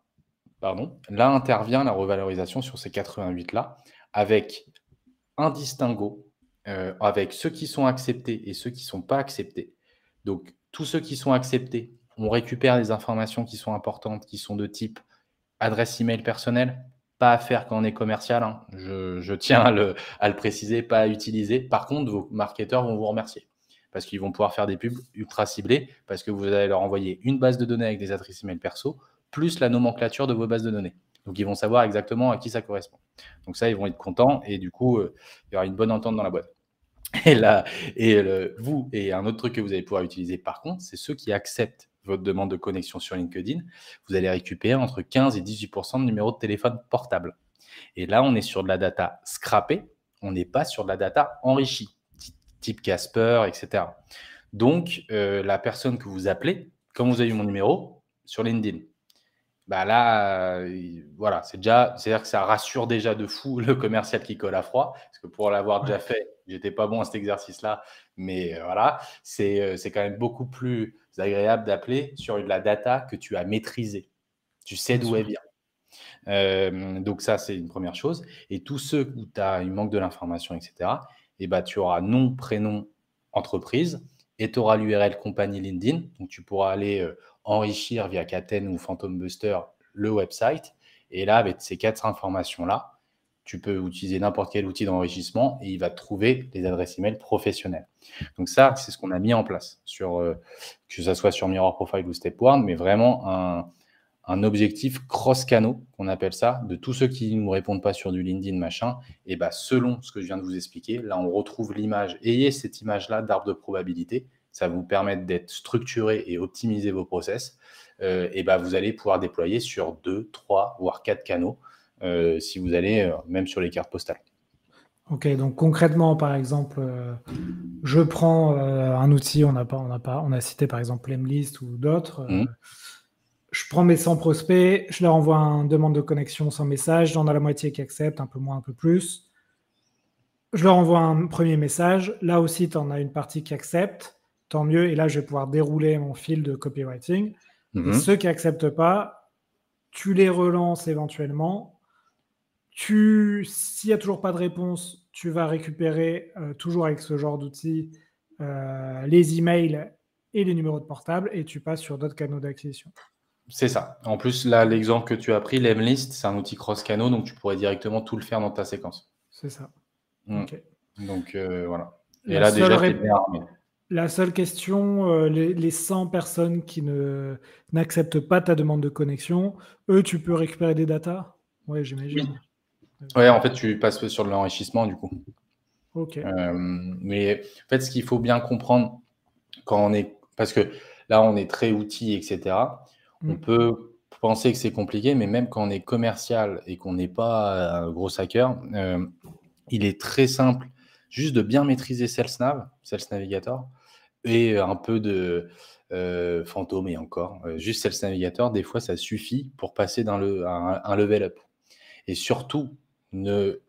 S2: là intervient la revalorisation sur ces 88-là avec un distinguo avec ceux qui sont acceptés et ceux qui ne sont pas acceptés. Donc, tous ceux qui sont acceptés, on récupère des informations qui sont importantes, qui sont de type adresse email personnelle, pas à faire quand on est commercial. Hein. Je tiens à le préciser, pas à utiliser. Par contre, vos marketeurs vont vous remercier parce qu'ils vont pouvoir faire des pubs ultra ciblées parce que vous allez leur envoyer une base de données avec des adresses email perso plus la nomenclature de vos bases de données. Donc, ils vont savoir exactement à qui ça correspond. Donc ça, ils vont être contents et du coup, il y aura une bonne entente dans la boîte. Et là, vous, et un autre truc que vous allez pouvoir utiliser par contre, c'est ceux qui acceptent votre demande de connexion sur LinkedIn. Vous allez récupérer entre 15 et 18% de numéros de téléphone portable. Et là, on est sur de la data scrappée, on n'est pas sur de la data enrichie, type Casper, etc. Donc, la personne que vous appelez, comme vous avez eu mon numéro, sur LinkedIn, là, voilà, c'est-à-dire que ça rassure déjà de fou le commercial qui colle à froid, parce que pour l'avoir déjà fait, j'étais pas bon à cet exercice-là, mais voilà, c'est quand même beaucoup plus agréable d'appeler sur de la data que tu as maîtrisée. Tu sais
S1: Bien
S2: d'où elle
S1: sûr.
S2: vient. Donc ça, c'est une première chose. Et tous ceux où il manque de l'information, etc., et bah, tu auras nom, prénom, entreprise, et tu auras l'URL compagnie LinkedIn. Donc tu pourras aller enrichir via Katen ou Phantom Buster le website. Et là, avec ces 4 informations-là, tu peux utiliser n'importe quel outil d'enrichissement et il va trouver les adresses email professionnelles. Donc ça, c'est ce qu'on a mis en place, que ce soit sur Mirror Profile ou Step One, mais vraiment un objectif cross-canaux, qu'on appelle ça, de tous ceux qui ne nous répondent pas sur du LinkedIn, machin, et bah, selon ce que je viens de vous expliquer, là, on retrouve l'image. Ayez cette image-là d'arbre de probabilité. Ça va vous permettre d'être structuré et optimiser vos process. Et bah, vous allez pouvoir déployer sur 2, 3, voire 4 canaux, si vous allez même sur les cartes postales.
S1: Ok, donc concrètement, par exemple, je prends un outil, on a cité par exemple Lemlist ou d'autres. Je prends mes 100 prospects, je leur envoie une demande de connexion sans message, j'en ai la moitié qui acceptent, un peu moins, un peu plus. Je leur envoie un premier message. Là aussi, tu en as une partie qui accepte, tant mieux. Et là, je vais pouvoir dérouler mon fil de copywriting. Et ceux qui n'acceptent pas, tu les relances éventuellement. S'il n'y a toujours pas de réponse, tu vas récupérer, toujours avec ce genre d'outils, les emails et les numéros de portable et tu passes sur d'autres canaux d'acquisition.
S2: C'est ça. En plus, là, l'exemple que tu as pris, Lemlist, c'est un outil cross-canaux, donc tu pourrais directement tout le faire dans ta séquence.
S1: C'est ça.
S2: Mm.
S1: Ok.
S2: Donc, voilà. Et
S1: La
S2: là,
S1: seule,
S2: déjà, tu es
S1: ré-
S2: bien armé.
S1: la seule question, les 100 personnes qui n'acceptent pas ta demande de connexion, eux, tu peux récupérer des datas? Oui,
S2: Oui.
S1: j'imagine.
S2: Ouais, en fait, tu passes sur de l'enrichissement, du coup.
S1: Ok.
S2: Mais en fait, ce qu'il faut bien comprendre quand on est, parce que là, on est très outils, etc. On
S1: Mm.
S2: peut penser que c'est compliqué, mais même quand on est commercial et qu'on n'est pas un gros hacker, il est très simple juste de bien maîtriser Sales Navigator, et un peu de Phantom et encore. Juste Sales Navigator, des fois, ça suffit pour passer un level up. Et surtout, ne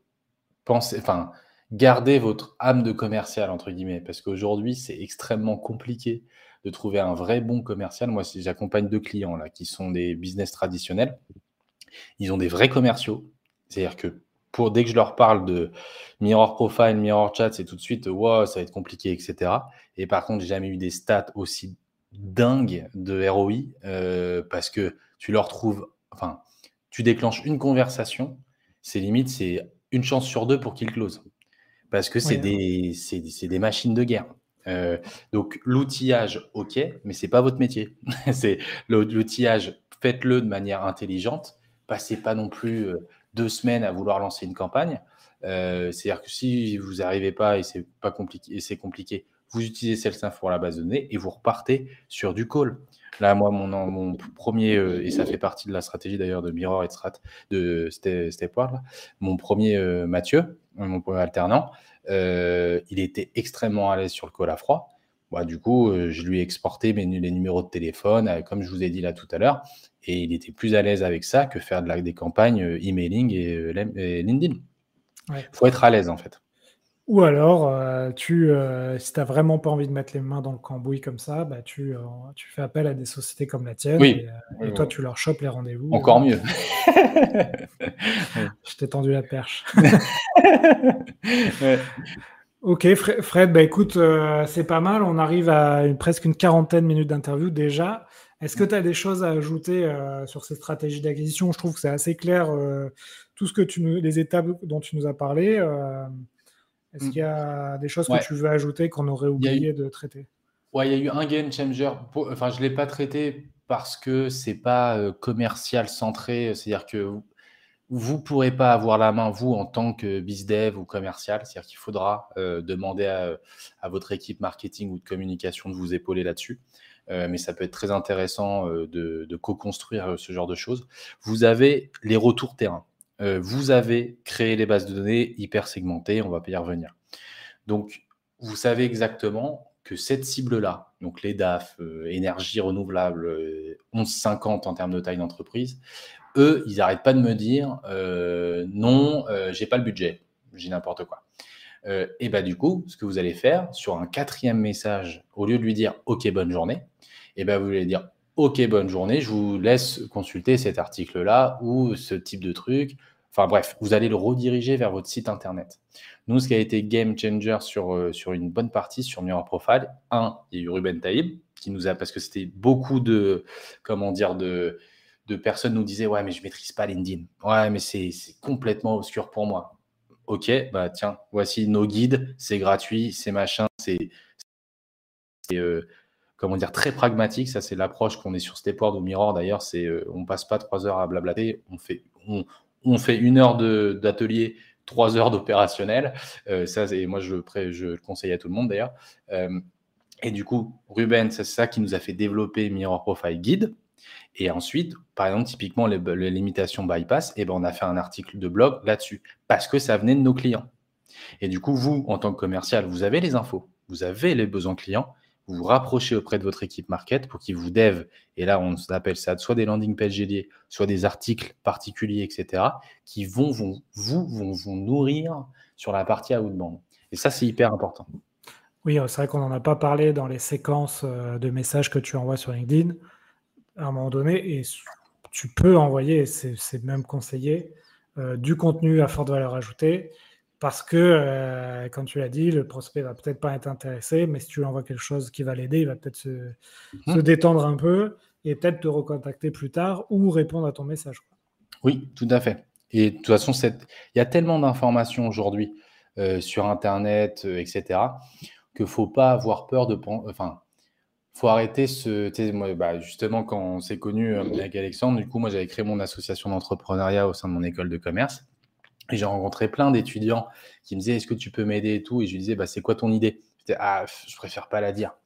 S2: gardez votre âme de commercial, entre guillemets, parce qu'aujourd'hui, c'est extrêmement compliqué de trouver un vrai bon commercial. Moi, j'accompagne 2 clients là, qui sont des business traditionnels. Ils ont des vrais commerciaux. C'est-à-dire que dès que je leur parle de Mirror Profile, Mirror Chat, c'est tout de suite, wow, ça va être compliqué, etc. Et par contre, j'ai jamais eu des stats aussi dingues de ROI, parce que tu leur trouves, enfin, tu déclenches une conversation, c'est limite, c'est une chance sur 2 pour qu'ils closent. Parce que c'est
S1: Ouais.
S2: des machines de guerre. Donc l'outillage, ok, mais c'est pas votre métier. C'est l'outillage, faites-le de manière intelligente. Passez pas non plus 2 semaines à vouloir lancer une campagne. C'est-à-dire que si vous n'arrivez pas et c'est pas compliqué, et c'est compliqué, vous utilisez Salesforce pour la base de données et vous repartez sur du call. Là, moi, mon premier, et ça fait partie de la stratégie d'ailleurs de Mirror et de Stepward, mon premier Mathieu, mon premier alternant, il était extrêmement à l'aise sur le call à froid. Bah, du coup, je lui ai exporté les numéros de téléphone, comme je vous ai dit là tout à l'heure, et il était plus à l'aise avec ça que faire des campagnes emailing et LinkedIn.
S1: Ouais.
S2: Il faut être à l'aise en fait.
S1: Ou alors, si tu n'as vraiment pas envie de mettre les mains dans le cambouis comme ça, bah, tu fais appel à des sociétés comme la tienne
S2: Oui, oui,
S1: et toi,
S2: oui.
S1: tu leur chopes les rendez-vous.
S2: Encore mieux.
S1: Je t'ai tendu la perche.
S2: Ouais.
S1: Ok, Fred, bah, écoute, c'est pas mal. On arrive à presque une quarantaine de minutes d'interview déjà. Est-ce que tu as des choses à ajouter sur ces stratégies d'acquisition? Je trouve que c'est assez clair, tout ce que les étapes dont tu nous as parlé. Est-ce qu'il y a des choses que
S2: Ouais.
S1: tu veux ajouter qu'on aurait
S2: Il y a eu,
S1: oublié de traiter?
S2: ouais, il y a eu un game changer. Enfin, je ne l'ai pas traité parce que c'est pas commercial centré. C'est-à-dire que vous ne pourrez pas avoir la main, vous, en tant que bizdev ou commercial. C'est-à-dire qu'il faudra demander à votre équipe marketing ou de communication de vous épauler là-dessus. Mais ça peut être très intéressant de co-construire ce genre de choses. Vous avez les retours terrain. Vous avez créé les bases de données hyper segmentées. On va pas y revenir. Donc, vous savez exactement que cette cible-là, donc les DAF, énergie renouvelable, 11,50 en termes de taille d'entreprise, eux, ils n'arrêtent pas de me dire non, j'ai pas le budget, j'ai n'importe quoi. Et bah du coup, ce que vous allez faire sur un 4e message, au lieu de lui dire OK, bonne journée, et ben vous allez dire Ok, bonne journée, je vous laisse consulter cet article-là ou ce type de truc. Enfin bref, vous allez le rediriger vers votre site internet. Nous, ce qui a été game changer sur une bonne partie sur Mirror Profile, il y a eu Ruben Taïb qui nous a, parce que c'était beaucoup de personnes nous disaient ouais, mais je maîtrise pas LinkedIn. Ouais, mais c'est complètement obscur pour moi. Ok, bah tiens, voici nos guides, c'est gratuit, c'est machin, très pragmatique. Ça, c'est l'approche qu'on est sur Stepward ou Mirror d'ailleurs. On passe pas 3 heures à blablater, on fait 1 heure d'atelier, 3 heures d'opérationnel. Moi, je le conseille à tout le monde d'ailleurs. Et du coup, Ruben, c'est ça qui nous a fait développer Mirror Profile Guide. Et ensuite, par exemple, typiquement les limitations bypass, on a fait un article de blog là-dessus parce que ça venait de nos clients. Et du coup, vous, en tant que commercial, vous avez les infos, vous avez les besoins clients, vous vous rapprochez auprès de votre équipe market pour qu'ils vous dev. Et là, on appelle ça soit des landing pages dédiés, soit des articles particuliers, etc., qui vont vous nourrir sur la partie outbound. Et ça, c'est hyper important.
S1: Oui, c'est vrai qu'on n'en a pas parlé dans les séquences de messages que tu envoies sur LinkedIn à un moment donné, et tu peux envoyer, et c'est même conseillé, du contenu à forte valeur ajoutée, parce que, comme tu l'as dit, le prospect va peut-être pas être intéressé, mais si tu lui envoies quelque chose qui va l'aider, il va peut-être se détendre un peu et peut-être te recontacter plus tard ou répondre à ton message.
S2: Oui, tout à fait. Et de toute façon, il y a tellement d'informations aujourd'hui sur Internet, etc., qu'il ne faut pas avoir peur faut arrêter moi, justement, quand on s'est connu avec Alexandre, du coup, moi, j'avais créé mon association d'entrepreneuriat au sein de mon école de commerce. Et j'ai rencontré plein d'étudiants qui me disaient, est-ce que tu peux m'aider et tout? Et je lui disais, c'est quoi ton idée? Je préfère pas la dire.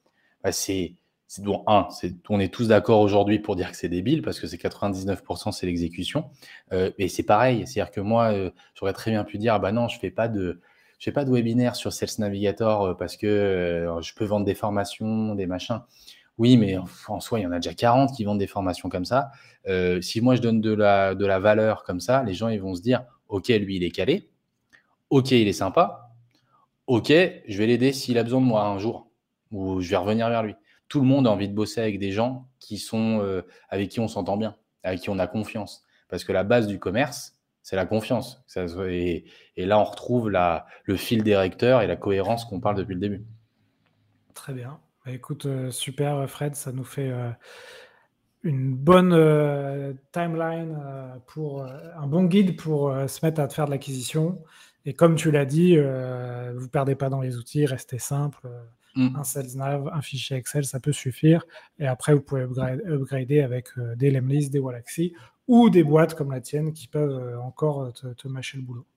S2: On est tous d'accord aujourd'hui pour dire que c'est débile parce que c'est 99%, c'est l'exécution. Et c'est pareil. C'est-à-dire que moi, j'aurais très bien pu dire, non, je fais pas de webinaire sur Sales Navigator parce que je peux vendre des formations, des machins. Oui, mais en soi, il y en a déjà 40 qui vendent des formations comme ça. Si moi, je donne de la valeur comme ça, les gens, ils vont se dire, OK, lui, il est calé. OK, il est sympa. OK, je vais l'aider s'il a besoin de moi un jour, ou je vais revenir vers lui. Tout le monde a envie de bosser avec des gens avec qui on s'entend bien, avec qui on a confiance. Parce que la base du commerce, c'est la confiance. Et là, on retrouve le fil directeur et la cohérence qu'on parle depuis le début.
S1: Très bien. Écoute, super Fred, ça nous fait une bonne timeline pour un bon guide pour se mettre à faire de l'acquisition. Et comme tu l'as dit, vous perdez pas dans les outils, restez simple. Un SalesNav, un fichier Excel, ça peut suffire. Et après, vous pouvez upgrader avec des Lemlist, des Wallaxy ou des boîtes comme la tienne qui peuvent encore te mâcher le boulot.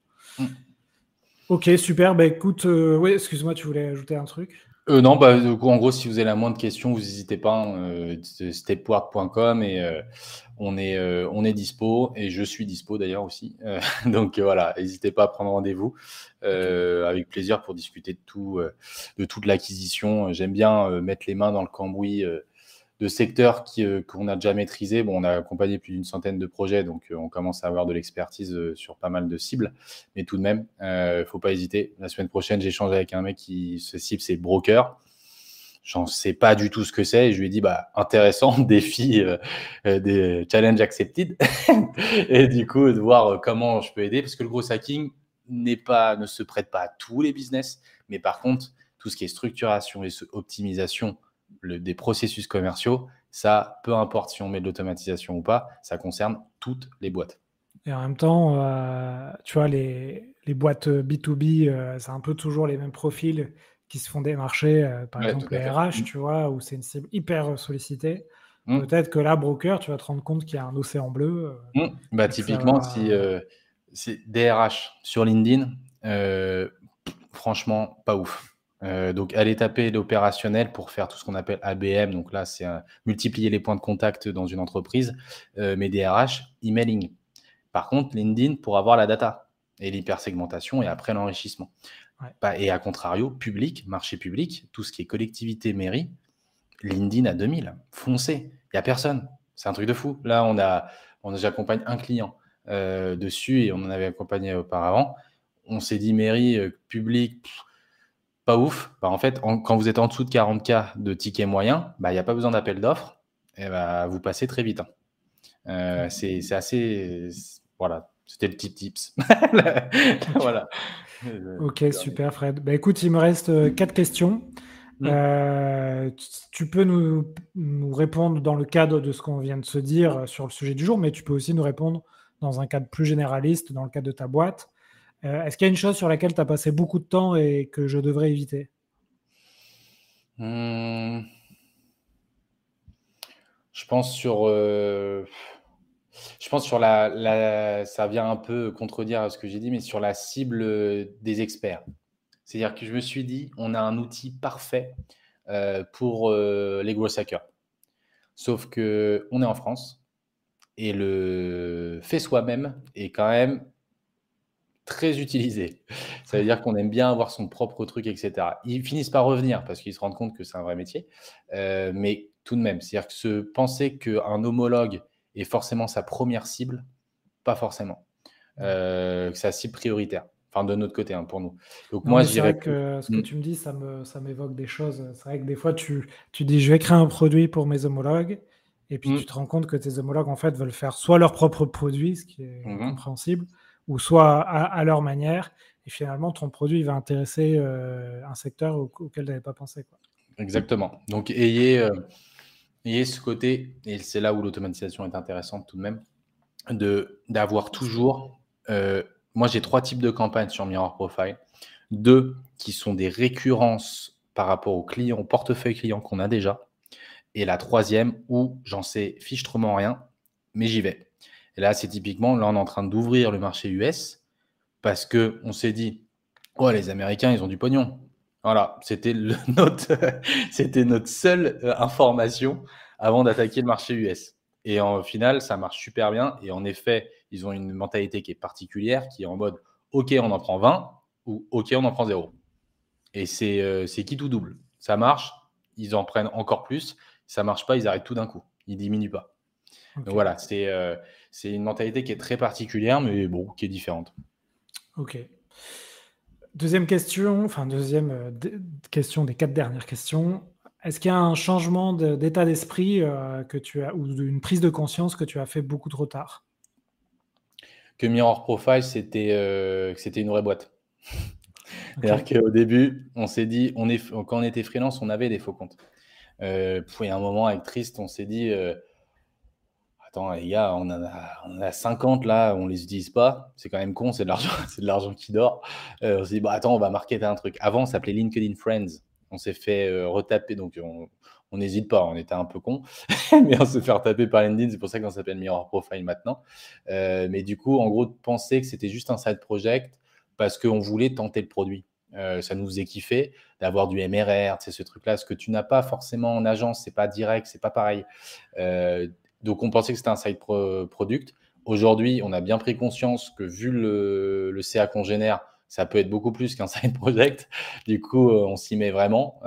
S1: Ok, super. Écoute, oui, excuse-moi, tu voulais ajouter un truc?
S2: Non, du coup, en gros, si vous avez la moindre question, vous n'hésitez pas, stepward.com et on est dispo et je suis dispo d'ailleurs aussi. Donc voilà, n'hésitez pas à prendre rendez-vous avec plaisir pour discuter de toute l'acquisition. J'aime bien mettre les mains dans le cambouis de secteurs qu'on a déjà maîtrisés. Bon, on a accompagné plus d'une centaine de projets, donc on commence à avoir de l'expertise sur pas mal de cibles. Mais tout de même, faut pas hésiter. La semaine prochaine, j'échange avec un mec qui se cible, c'est broker. J'en sais pas du tout ce que c'est. Et je lui ai dit, intéressant, défi, des challenges accepted. Et du coup, de voir comment je peux aider. Parce que le gros hacking ne se prête pas à tous les business. Mais par contre, tout ce qui est structuration et optimisation des processus commerciaux, ça, peu importe si on met de l'automatisation ou pas, ça concerne toutes les boîtes.
S1: Et en même temps, tu vois, les boîtes B2B, c'est un peu toujours les mêmes profils qui se font démarcher, par exemple les RH, tu vois, où c'est une cible hyper sollicitée. Peut-être que là, broker, tu vas te rendre compte qu'il y a un océan bleu.
S2: Typiquement, si c'est DRH sur LinkedIn, franchement, pas ouf. Donc, allez taper l'opérationnel pour faire tout ce qu'on appelle ABM. Donc là, c'est multiplier les points de contact dans une entreprise. Mais DRH, emailing. Par contre, LinkedIn pour avoir la data et l'hypersegmentation et après l'enrichissement.
S1: Ouais.
S2: Et à contrario, public, marché public, tout ce qui est collectivité, mairie, LinkedIn à 2000, foncez. Il n'y a personne. C'est un truc de fou. Là, j'accompagne un client dessus et on en avait accompagné auparavant. On s'est dit mairie, public, pas ouf. En fait, quand vous êtes en dessous de 40K de tickets moyens, il n'y a pas besoin d'appel d'offres. eh ben, vous passez très vite. C'est assez. Voilà, c'était le petit tips. Voilà.
S1: Ok, super Fred. Bah, écoute, il me reste 4 questions.
S2: Hmm.
S1: Tu peux nous répondre dans le cadre de ce qu'on vient de se dire sur le sujet du jour, mais tu peux aussi nous répondre dans un cadre plus généraliste, dans le cadre de ta boîte. Est-ce qu'il y a une chose sur laquelle tu as passé beaucoup de temps et que je devrais éviter?
S2: Hmm. Je pense sur, ça vient un peu contredire ce que j'ai dit, mais sur la cible des experts. C'est-à-dire que je me suis dit, on a un outil parfait pour les gros hackers. Sauf que on est en France et le fait soi-même est quand même très utilisé. Ça veut dire qu'on aime bien avoir son propre truc, etc. Ils finissent par revenir parce qu'ils se rendent compte que c'est un vrai métier. Mais tout de même, c'est-à-dire que penser qu'un homologue est forcément sa première cible, pas forcément. Que sa cible prioritaire. Enfin, de notre côté, hein, pour nous. Donc
S1: Non,
S2: moi,
S1: mais c'est
S2: j'irais
S1: vrai
S2: plus.
S1: que ce que tu me dis, ça m'évoque des choses. C'est vrai que des fois, tu dis, je vais créer un produit pour mes homologues, et puis tu
S2: Mm.
S1: te rends compte que tes homologues, en fait, veulent faire soit leur propre produit, ce qui est
S2: Mhm.
S1: compréhensible, ou soit à leur manière, et finalement, ton produit il va intéresser un secteur auquel tu n'avais pas pensé, quoi.
S2: Exactement. Donc, ayez ce côté, et c'est là où l'automatisation est intéressante tout de même, d'avoir toujours. Moi, j'ai 3 types de campagnes sur Mirror Profile. 2 qui sont des récurrences par rapport aux clients, au portefeuille client qu'on a déjà. Et la troisième où j'en sais fichtrement rien, mais j'y vais. Et là, c'est typiquement, là, on est en train d'ouvrir le marché US parce qu'on s'est dit, oh, les Américains, ils ont du pognon. Voilà, c'était c'était notre seule information avant d'attaquer le marché US. Et en final, ça marche super bien. Et en effet, ils ont une mentalité qui est particulière, qui est en mode, OK, on en prend 20 ou OK, on en prend 0. Et c'est qui tout double. Ça marche, ils en prennent encore plus. Ça marche pas, ils arrêtent tout d'un coup. Ils diminuent pas. Donc
S1: Ok,
S2: voilà, c'est une mentalité qui est très particulière, mais bon, qui est différente.
S1: ok. Deuxième question, enfin deuxième question des 4 dernières questions. Est-ce qu'il y a un changement d'état d'esprit que tu as, ou une prise de conscience que tu as fait beaucoup trop tard?
S2: Que Mirror Profile, c'était une vraie boîte.
S1: Ok.
S2: C'est-à-dire qu'au début, on s'est dit, quand on était freelance, on avait des faux comptes. Il y a un moment avec Trist, on s'est dit, attends les gars, on en a 50 là, on les utilise pas. C'est quand même con, c'est de l'argent, c'est de l'argent qui dort. On s'est dit, bah attends, on va marketer un truc. Avant, ça s'appelait LinkedIn Friends. On s'est fait retaper, donc on n'hésite pas, on était un peu con, mais on se fait retaper par LinkedIn, c'est pour ça qu'on s'appelle Mirror Profile maintenant. Mais du coup, en gros, de penser que c'était juste un side project parce qu'on voulait tenter le produit. Ça nous faisait kiffer d'avoir du MRR, c'est ce truc-là, ce que tu n'as pas forcément en agence, c'est pas direct, c'est pas pareil. Donc on pensait que c'était un side product. Aujourd'hui, on a bien pris conscience que vu le CA qu'on génère, ça peut être beaucoup plus qu'un side project. Du coup, on s'y met vraiment.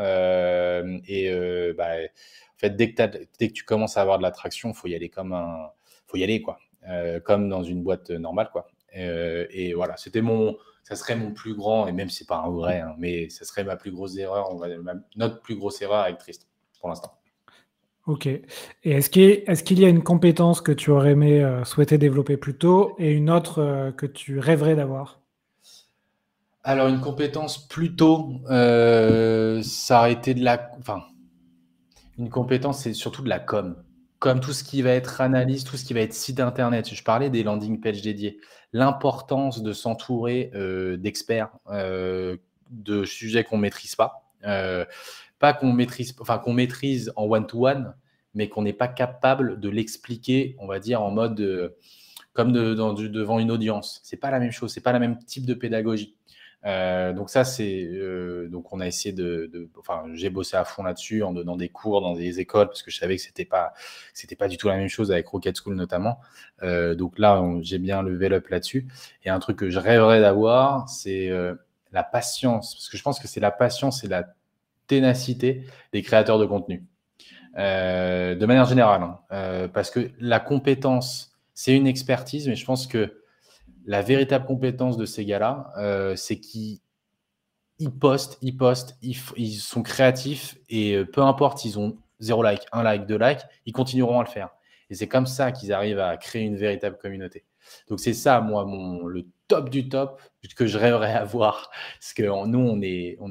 S2: En fait, dès que tu commences à avoir de l'attraction, faut y aller quoi, comme dans une boîte normale quoi. Et voilà, ça serait mon plus grand, et même si c'est pas un vrai, hein, mais ça serait ma plus grosse erreur, notre plus grosse erreur avec Trist pour l'instant.
S1: Ok. Et est-ce qu'il y a une compétence que tu aurais aimé souhaiter développer plus tôt et une autre que tu rêverais d'avoir?
S2: Alors, une compétence plutôt, ça aurait été enfin, une compétence, c'est surtout de la com. Comme tout ce qui va être analyse, tout ce qui va être site internet. Je parlais des landing pages dédiées. L'importance de s'entourer d'experts de sujets qu'on maîtrise pas. Pas qu'on maîtrise, enfin qu'on maîtrise en one-to-one, mais qu'on n'est pas capable de l'expliquer, on va dire, en mode comme devant une audience. C'est pas la même chose, c'est pas le même type de pédagogie. Donc ça, donc on a essayé enfin, j'ai bossé à fond là-dessus en donnant des cours dans des écoles parce que je savais que c'était pas du tout la même chose avec Rocket School notamment. Donc là, j'ai bien level up là-dessus. Et un truc que je rêverais d'avoir, c'est la patience, parce que je pense que c'est la patience et la ténacité des créateurs de contenu. De manière générale, hein. Parce que la compétence, c'est une expertise, mais je pense que la véritable compétence de ces gars-là, c'est qu'ils postent, ils sont créatifs et peu importe, ils ont 0 like, 1 like, 2 likes, ils continueront à le faire. Et c'est comme ça qu'ils arrivent à créer une véritable communauté. Donc, c'est ça, moi, le top du top que je rêverais avoir. Parce que nous, on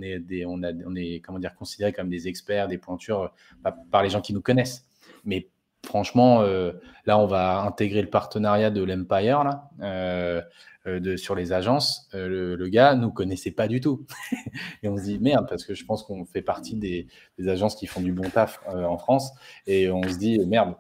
S2: est comment dire, considérés comme des experts, des pointures par les gens qui nous connaissent. Mais franchement, là, on va intégrer le partenariat de l'Empire là, sur les agences. Le gars nous connaissait pas du tout. Et on se dit merde, parce que je pense qu'on fait partie des agences qui font du bon taf en France. Et on se dit merde.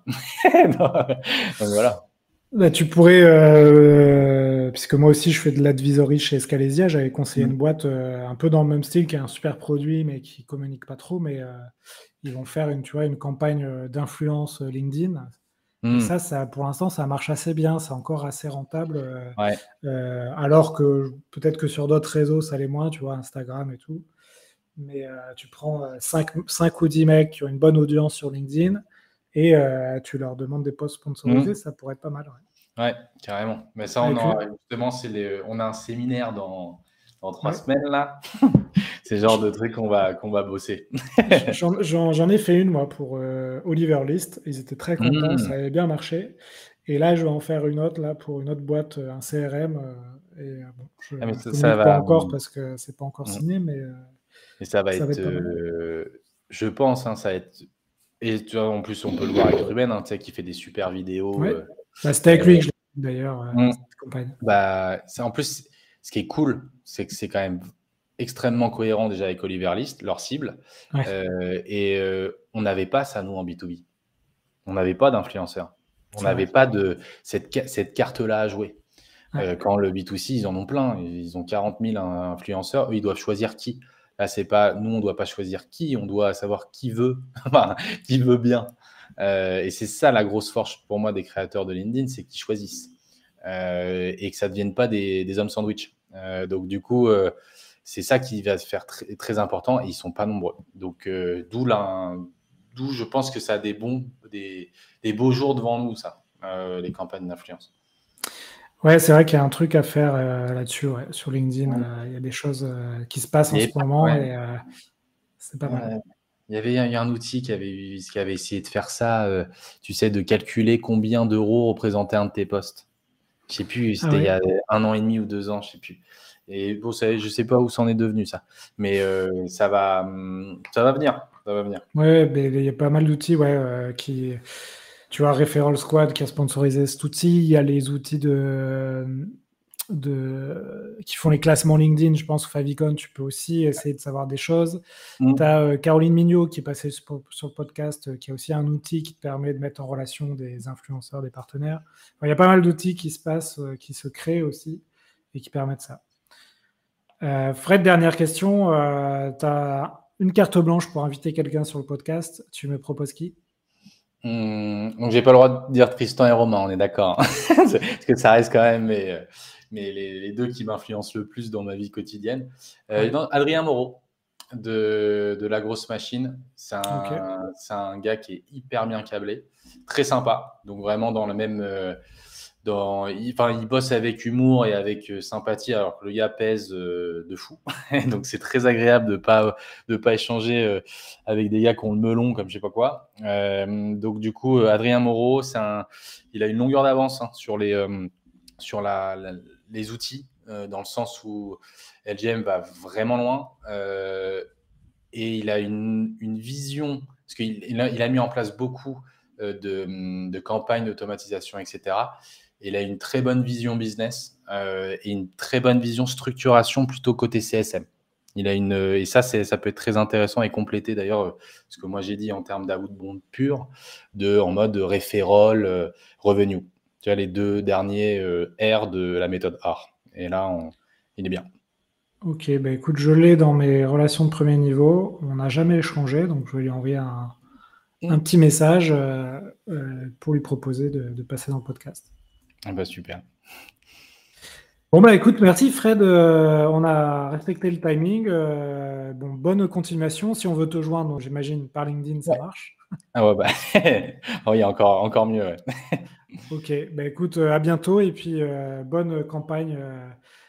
S2: Donc voilà.
S1: Bah, tu pourrais, puisque moi aussi je fais de l'advisory chez Scalesia, j'avais conseillé une boîte un peu dans le même style, qui a un super produit mais qui communique pas trop, mais ils vont faire une campagne d'influence LinkedIn. Et ça, pour l'instant, ça marche assez bien, c'est encore assez rentable,
S2: Ouais.
S1: alors que peut-être que sur d'autres réseaux, ça l'est moins, tu vois, Instagram et tout. Mais tu prends 5 ou 10 mecs qui ont une bonne audience sur LinkedIn et tu leur demandes des posts sponsorisés, ça pourrait être pas mal.
S2: Ouais, carrément. Mais ça, justement, on a un séminaire dans 3 semaines là. C'est le genre de truc qu'on va bosser.
S1: J'en ai fait une, moi, pour Oliver List. Ils étaient très contents, ça avait bien marché. Et là, je vais en faire une autre là, pour une autre boîte, un CRM. Et bon, je ne communique pas encore parce que c'est pas encore signé, mais
S2: et ça va être
S1: pas mal.
S2: Je pense, ça va être. Et tu vois, en plus, on peut le voir avec Ruben, tu sais, qui fait des super vidéos.
S1: Ouais. C'était avec lui que je l'ai fait, d'ailleurs, cette campagne.
S2: En plus, ce qui est cool, c'est que c'est quand même extrêmement cohérent déjà avec Oliver List, leur cible. Et on n'avait pas ça, nous, en B2B. On n'avait pas d'influenceurs. On n'avait pas de cette carte-là à jouer. Quand le B2C, ils en ont plein. Ils ont 40 000 influenceurs. Eux, ils doivent choisir qui. Là, c'est pas, nous, on ne doit pas choisir qui. On doit savoir qui veut, qui veut bien. Et c'est ça la grosse force pour moi des créateurs de LinkedIn, c'est qu'ils choisissent. Et que ça ne devienne pas des hommes sandwich. Donc, du coup, c'est ça qui va se faire très, très important. Et ils ne sont pas nombreux. Donc, d'où je pense que ça a des beaux jours devant nous, ça, les campagnes d'influence.
S1: Ouais, c'est vrai qu'il y a un truc à faire là-dessus, sur LinkedIn. Il y a des choses qui se passent en ce moment et c'est pas mal.
S2: Il y a un outil qui avait essayé de faire ça, tu sais, de calculer combien d'euros représentait un de tes posts. Je sais plus, c'était il y a 1 an et demi ou 2 ans, je sais plus. Et bon, je sais pas où c'en est devenu ça, mais ça va venir, ça va venir.
S1: Ouais, mais il y a pas mal d'outils, qui, tu vois, Referral Squad qui a sponsorisé cet outil. Il y a les outils qui font les classements LinkedIn, je pense, Favicon, tu peux aussi essayer de savoir des choses. Tu as Caroline Mignot qui est passée sur le podcast, qui a aussi un outil qui te permet de mettre en relation des influenceurs, des partenaires. Enfin, il y a pas mal d'outils qui se passent, qui se créent aussi et qui permettent ça. Fred, dernière question. Tu as une carte blanche pour inviter quelqu'un sur le podcast. Tu me proposes qui ?
S2: Donc, j'ai pas le droit de dire Tristan et Romain, on est d'accord. Parce que ça reste quand même mais les deux qui m'influencent le plus dans ma vie quotidienne. Adrien Moreau de La Grosse Machine. C'est un gars qui est hyper bien câblé, très sympa. Donc vraiment dans le même... il bosse avec humour et avec sympathie, alors que le gars pèse de fou. Donc c'est très agréable de pas échanger avec des gars qui ont le melon comme je sais pas quoi. Donc du coup, Adrien Moreau, il a une longueur d'avance sur les outils, dans le sens où LGM va vraiment loin, et il a une vision, parce qu'il a mis en place beaucoup de campagnes d'automatisation, etc. Il a une très bonne vision business et une très bonne vision structuration plutôt côté CSM. Et ça peut être très intéressant et complété d'ailleurs ce que moi j'ai dit en termes d'outbound pur, en mode referral, revenue. Tu vois, les 2 derniers R de la méthode R. Et là, il est bien.
S1: Ok, bah écoute, je l'ai dans mes relations de premier niveau. On n'a jamais échangé, donc je vais lui envoyer un petit message pour lui proposer de passer dans le podcast.
S2: Ah bah super.
S1: Bon bah écoute, merci Fred, on a respecté le timing. Bonne continuation. Si on veut te joindre, j'imagine par LinkedIn, ça marche.
S2: Ah ouais, oui, encore mieux. Ouais.
S1: Ok, bah écoute, à bientôt et puis bonne campagne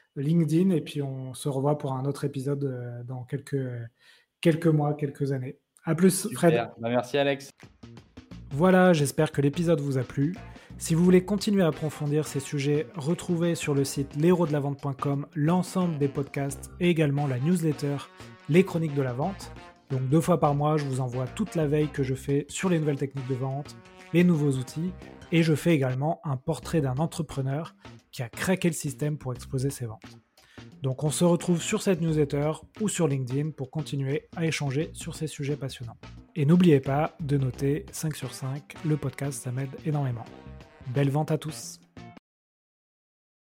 S1: LinkedIn et puis on se revoit pour un autre épisode dans quelques mois, quelques années. À plus, Fred.
S2: Super. Merci Alex.
S1: Voilà, j'espère que l'épisode vous a plu. Si vous voulez continuer à approfondir ces sujets, retrouvez sur le site l'héros-de-la-vente.com l'ensemble des podcasts et également la newsletter Les Chroniques de la Vente. Donc 2 fois par mois, je vous envoie toute la veille que je fais sur les nouvelles techniques de vente, les nouveaux outils, et je fais également un portrait d'un entrepreneur qui a craqué le système pour exploser ses ventes. Donc on se retrouve sur cette newsletter ou sur LinkedIn pour continuer à échanger sur ces sujets passionnants. Et n'oubliez pas de noter 5 sur 5, le podcast ça m'aide énormément. Belle vente à tous!